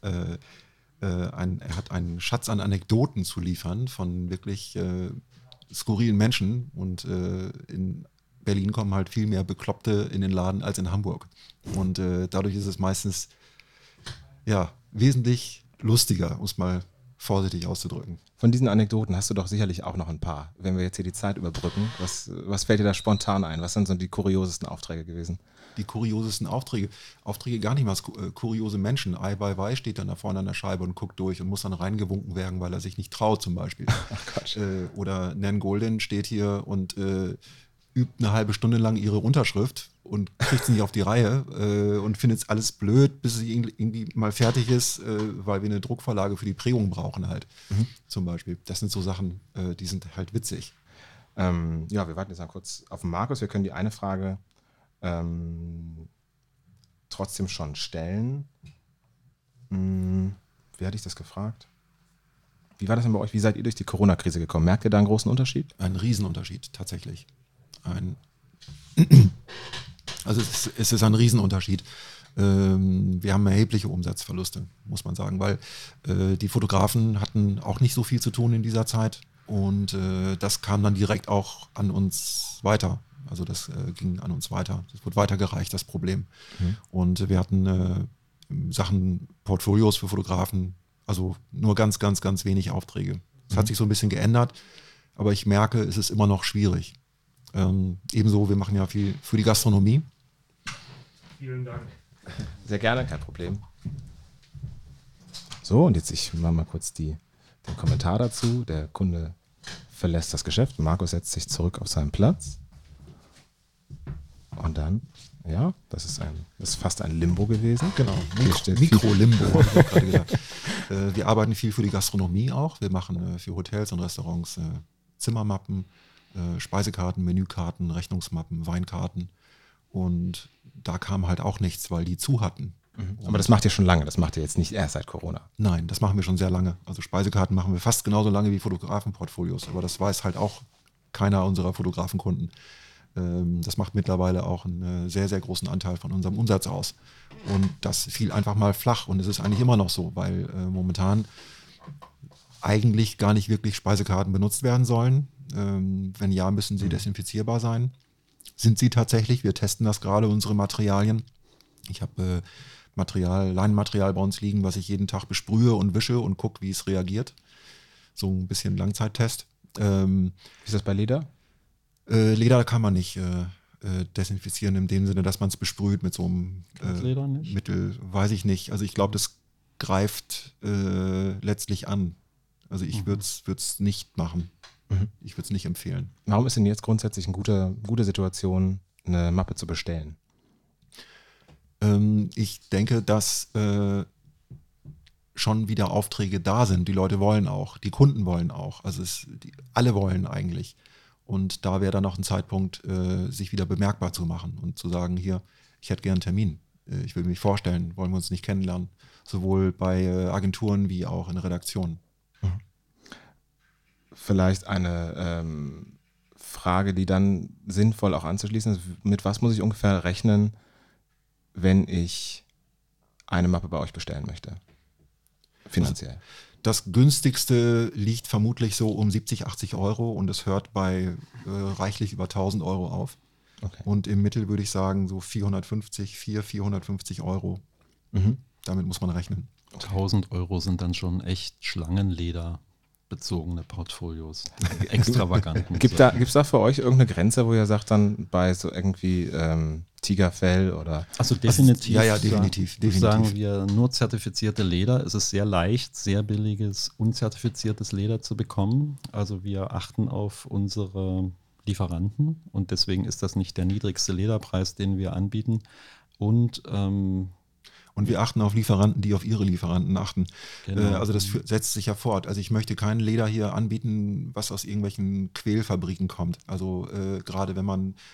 hat einen Schatz an Anekdoten zu liefern von wirklich skurrilen Menschen und in Berlin kommen halt viel mehr Bekloppte in den Laden als in Hamburg. Und dadurch ist es meistens wesentlich lustiger, um es mal vorsichtig auszudrücken. Von diesen Anekdoten hast du doch sicherlich auch noch ein paar. Wenn wir jetzt hier die Zeit überbrücken, was fällt dir da spontan ein? Was sind so die kuriosesten Aufträge gewesen? Die kuriosesten Aufträge gar nicht mal kuriose Menschen. Ai Weiwei steht dann da vorne an der Scheibe und guckt durch und muss dann reingewunken werden, weil er sich nicht traut zum Beispiel. Ach Gott. Oder Nan Goldin steht hier und übt eine halbe Stunde lang ihre Unterschrift und kriegt sie nicht auf die Reihe und findet alles blöd, bis sie irgendwie mal fertig ist, weil wir eine Druckvorlage für die Prägung brauchen halt, zum Beispiel. Das sind so Sachen, die sind halt witzig. Wir warten jetzt mal kurz auf den Markus. Wir können die eine Frage trotzdem schon stellen. Wie hatte ich das gefragt? Wie war das denn bei euch? Wie seid ihr durch die Corona-Krise gekommen? Merkt ihr da einen großen Unterschied? Ein Riesenunterschied, tatsächlich. Also es ist ein Riesenunterschied. Wir haben erhebliche Umsatzverluste, muss man sagen, weil die Fotografen hatten auch nicht so viel zu tun in dieser Zeit und das kam dann direkt auch an uns weiter. Also das ging an uns weiter. Das wurde weitergereicht, das Problem. Und wir hatten Sachen, Portfolios für Fotografen, also nur ganz, ganz, ganz wenig Aufträge. Es hat sich so ein bisschen geändert, aber ich merke, es ist immer noch schwierig. Ebenso, wir machen ja viel für die Gastronomie. Vielen Dank. Sehr gerne, kein Problem. So, und jetzt ich mache mal kurz den Kommentar dazu. Der Kunde verlässt das Geschäft. Markus setzt sich zurück auf seinen Platz. Und dann, das ist fast ein Limbo gewesen. Genau, Hier Mikro-Limbo, habe ich auch gerade gesagt. Wir arbeiten viel für die Gastronomie auch. Wir machen für Hotels und Restaurants Zimmermappen, Speisekarten, Menükarten, Rechnungsmappen, Weinkarten. Und da kam halt auch nichts, weil die zu hatten. Aber das macht ihr schon lange, das macht ihr jetzt nicht erst seit Corona. Nein, das machen wir schon sehr lange. Also Speisekarten machen wir fast genauso lange wie Fotografenportfolios. Aber das weiß halt auch keiner unserer Fotografenkunden. Das macht mittlerweile auch einen sehr, sehr großen Anteil von unserem Umsatz aus. Und das fiel einfach mal flach. Und es ist eigentlich immer noch so, weil momentan eigentlich gar nicht wirklich Speisekarten benutzt werden sollen. Wenn ja, müssen sie desinfizierbar sein. Sind sie tatsächlich. Wir testen das gerade, unsere Materialien. Ich habe Leinenmaterial bei uns liegen, was ich jeden Tag besprühe und wische und gucke, wie es reagiert. So ein bisschen Langzeittest. Wie ist das bei Leder? Leder kann man nicht desinfizieren in dem Sinne, dass man es besprüht mit so einem Leder nicht? Mittel, weiß ich nicht. Also ich glaube, das greift letztlich an. Also ich würde es nicht machen. Ich würde es nicht empfehlen. Warum ist denn jetzt grundsätzlich eine gute Situation, eine Mappe zu bestellen? Ich denke, dass schon wieder Aufträge da sind. Die Leute wollen auch, die Kunden wollen auch. Also alle wollen eigentlich. Und da wäre dann auch ein Zeitpunkt, sich wieder bemerkbar zu machen und zu sagen, hier, ich hätte gern einen Termin. Ich will mich vorstellen, wollen wir uns nicht kennenlernen. Sowohl bei Agenturen wie auch in Redaktionen. Vielleicht eine Frage, die dann sinnvoll auch anzuschließen ist. Mit was muss ich ungefähr rechnen, wenn ich eine Mappe bei euch bestellen möchte? Finanziell. Das günstigste liegt vermutlich so um 70, 80 Euro und es hört bei reichlich über 1000 Euro auf. Okay. Und im Mittel würde ich sagen so 450 Euro. Damit muss man rechnen. 1000 Euro sind dann schon echt schlangenlederbezogene Portfolios. Extravagant. Gibt's da für euch irgendeine Grenze, wo ihr sagt dann bei so irgendwie Tigerfell oder? Also definitiv. Ja, definitiv. Sagen wir nur zertifizierte Leder. Es ist sehr leicht, sehr billiges, unzertifiziertes Leder zu bekommen. Also wir achten auf unsere Lieferanten und deswegen ist das nicht der niedrigste Lederpreis, den wir anbieten. Und wir achten auf Lieferanten, die auf ihre Lieferanten achten. Genau. Also das setzt sich ja fort. Also ich möchte kein Leder hier anbieten, was aus irgendwelchen Quälfabriken kommt. Also gerade wenn man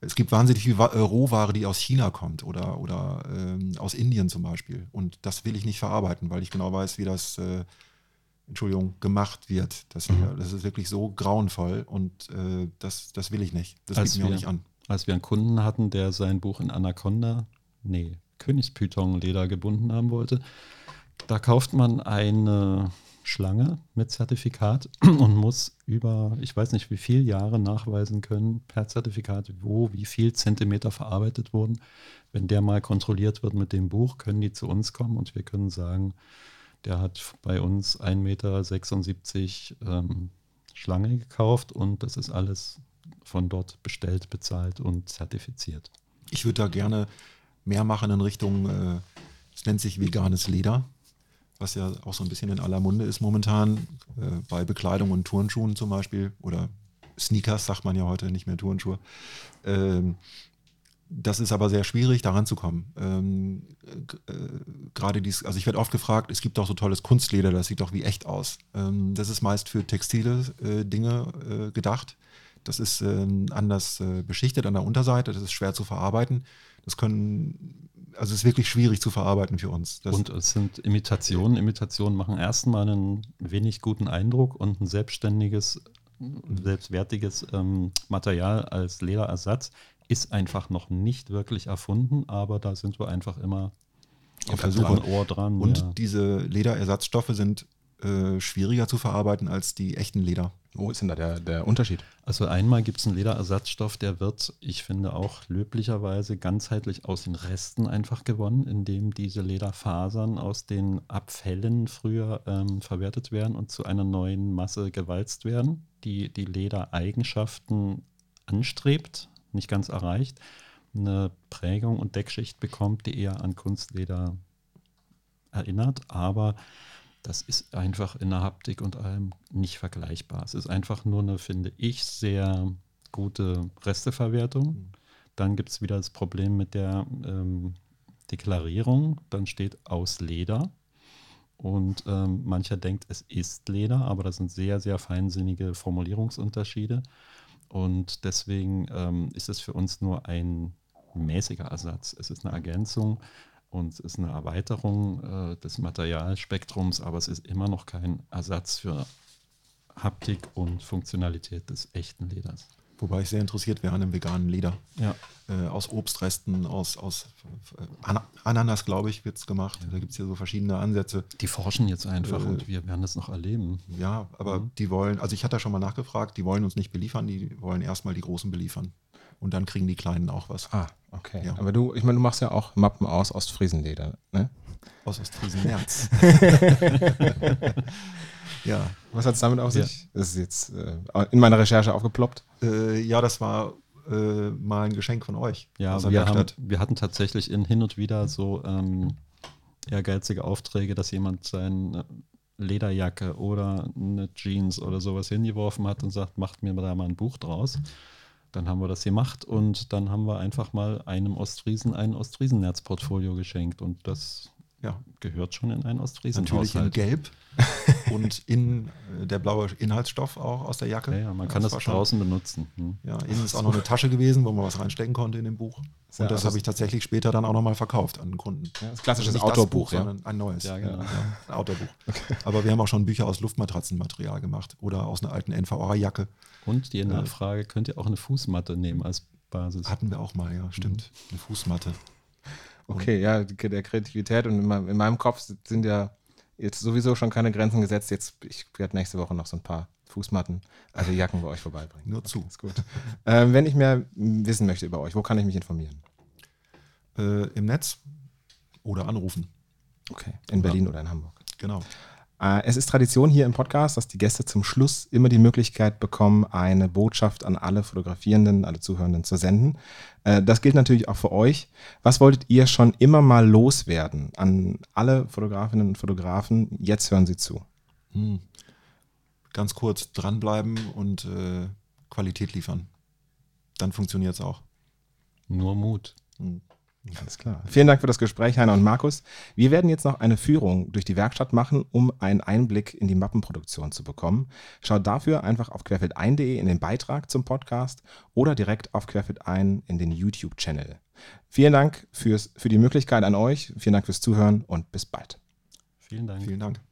Es gibt wahnsinnig viel Rohware, die aus China kommt oder aus Indien zum Beispiel. Und das will ich nicht verarbeiten, weil ich genau weiß, wie das gemacht wird. Das ist wirklich so grauenvoll und das will ich nicht. Das bieten wir auch nicht an. Als wir einen Kunden hatten, der sein Buch in Königspython-Leder gebunden haben wollte, da kauft man eine Schlange mit Zertifikat und muss über, ich weiß nicht wie viele Jahre nachweisen können per Zertifikat, wie viel Zentimeter verarbeitet wurden. Wenn der mal kontrolliert wird mit dem Buch, können die zu uns kommen und wir können sagen, der hat bei uns 1,76 Meter Schlange gekauft und das ist alles von dort bestellt, bezahlt und zertifiziert. Ich würde da gerne mehr machen in Richtung, es nennt sich veganes Leder, was ja auch so ein bisschen in aller Munde ist momentan, bei Bekleidung und Turnschuhen zum Beispiel oder Sneakers sagt man ja heute, nicht mehr Turnschuhe. Das ist aber sehr schwierig, da ranzukommen. Gerade also ich werde oft gefragt, es gibt doch so tolles Kunstleder, das sieht doch wie echt aus. Das ist meist für textile Dinge gedacht. Das ist anders beschichtet an der Unterseite, das ist schwer zu verarbeiten. Also es ist wirklich schwierig zu verarbeiten für uns. Und es sind Imitationen. Imitationen machen erstmal einen wenig guten Eindruck und ein selbstständiges, selbstwertiges Material als Lederersatz ist einfach noch nicht wirklich erfunden, aber da sind wir einfach immer auf der Suche. Ohr dran. Und ja. Diese Lederersatzstoffe sind schwieriger zu verarbeiten als die echten Leder. Wo ist denn da der Unterschied? Also einmal gibt es einen Lederersatzstoff, der wird, ich finde auch löblicherweise ganzheitlich aus den Resten einfach gewonnen, indem diese Lederfasern aus den Abfällen früher verwertet werden und zu einer neuen Masse gewalzt werden, die die Ledereigenschaften anstrebt, nicht ganz erreicht, eine Prägung und Deckschicht bekommt, die eher an Kunstleder erinnert, aber das ist einfach in der Haptik und allem nicht vergleichbar. Es ist einfach nur eine, finde ich, sehr gute Resteverwertung. Dann gibt es wieder das Problem mit der Deklarierung. Dann steht aus Leder. Und mancher denkt, es ist Leder, aber das sind sehr, sehr feinsinnige Formulierungsunterschiede. Und deswegen ist es für uns nur ein mäßiger Ersatz. Es ist eine Ergänzung. Und es ist eine Erweiterung des Materialspektrums, aber es ist immer noch kein Ersatz für Haptik und Funktionalität des echten Leders. Wobei ich sehr interessiert wäre an einem veganen Leder. Ja. Aus Obstresten, aus Ananas, glaube ich, wird es gemacht. Da gibt es ja so verschiedene Ansätze. Die forschen jetzt einfach und wir werden das noch erleben. Ja, aber die wollen, also ich hatte da schon mal nachgefragt, die wollen uns nicht beliefern, die wollen erstmal die Großen beliefern. Und dann kriegen die Kleinen auch was. Ah, okay. Ja. Aber du machst ja auch Mappen aus Ostfriesenleder, ne? Aus Ostfriesen-Nerz. Ja. Was hat es damit auf sich? Das ist jetzt in meiner Recherche aufgeploppt. Ja, das war mal ein Geschenk von euch. Ja, aus der wir Werkstatt. hatten tatsächlich hin und wieder so ehrgeizige Aufträge, dass jemand seine Lederjacke oder eine Jeans oder sowas hingeworfen hat und sagt, macht mir da mal ein Buch draus. Dann haben wir das gemacht und dann haben wir einfach mal einem Ostfriesen ein Ostfriesen-Nerz-Portfolio geschenkt und das gehört schon in einen Ostfriesen-Haushalt. Natürlich in Gelb und der blaue Inhaltsstoff auch aus der Jacke. Ja, man kann das draußen benutzen. Ja, innen ist auch noch eine Tasche gewesen, wo man was reinstecken konnte in dem Buch. Und das habe ich tatsächlich später dann auch nochmal verkauft an Kunden. Ja, das klassische Nicht Outdoor-Buch, das Buch, sondern ein neues. Ja, genau. Ein Outdoor-Buch. Okay. Aber wir haben auch schon Bücher aus Luftmatratzenmaterial gemacht oder aus einer alten NVA-Jacke. Und die Nachfrage, könnt ihr auch eine Fußmatte nehmen als Basis? Hatten wir auch mal, ja, stimmt. Eine Fußmatte. Okay, ja, der Kreativität und in meinem Kopf sind ja jetzt sowieso schon keine Grenzen gesetzt. Ich werde nächste Woche noch so ein paar Fußmatten, also Jacken bei euch vorbeibringen. Nur zu. Ist gut. Wenn ich mehr wissen möchte über euch, wo kann ich mich informieren? Im Netz oder anrufen. Okay, in Berlin oder in Hamburg. Genau. Es ist Tradition hier im Podcast, dass die Gäste zum Schluss immer die Möglichkeit bekommen, eine Botschaft an alle Fotografierenden, alle Zuhörenden zu senden. Das gilt natürlich auch für euch. Was wolltet ihr schon immer mal loswerden an alle Fotografinnen und Fotografen? Jetzt hören Sie zu. Ganz kurz, dranbleiben und Qualität liefern. Dann funktioniert es auch. Nur Mut. Alles klar. Vielen Dank für das Gespräch, Heiner und Markus. Wir werden jetzt noch eine Führung durch die Werkstatt machen, um einen Einblick in die Mappenproduktion zu bekommen. Schaut dafür einfach auf querfeldein.de in den Beitrag zum Podcast oder direkt auf querfeldein in den YouTube-Channel. Vielen Dank für die Möglichkeit an euch. Vielen Dank fürs Zuhören und bis bald. Vielen Dank. Vielen Dank.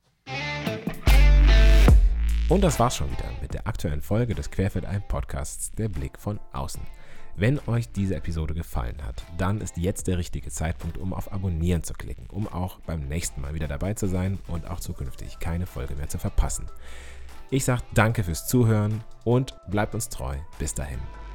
Und das war's schon wieder mit der aktuellen Folge des Querfeldein-Podcasts Der Blick von außen. Wenn euch diese Episode gefallen hat, dann ist jetzt der richtige Zeitpunkt, um auf Abonnieren zu klicken, um auch beim nächsten Mal wieder dabei zu sein und auch zukünftig keine Folge mehr zu verpassen. Ich sage danke fürs Zuhören und bleibt uns treu. Bis dahin.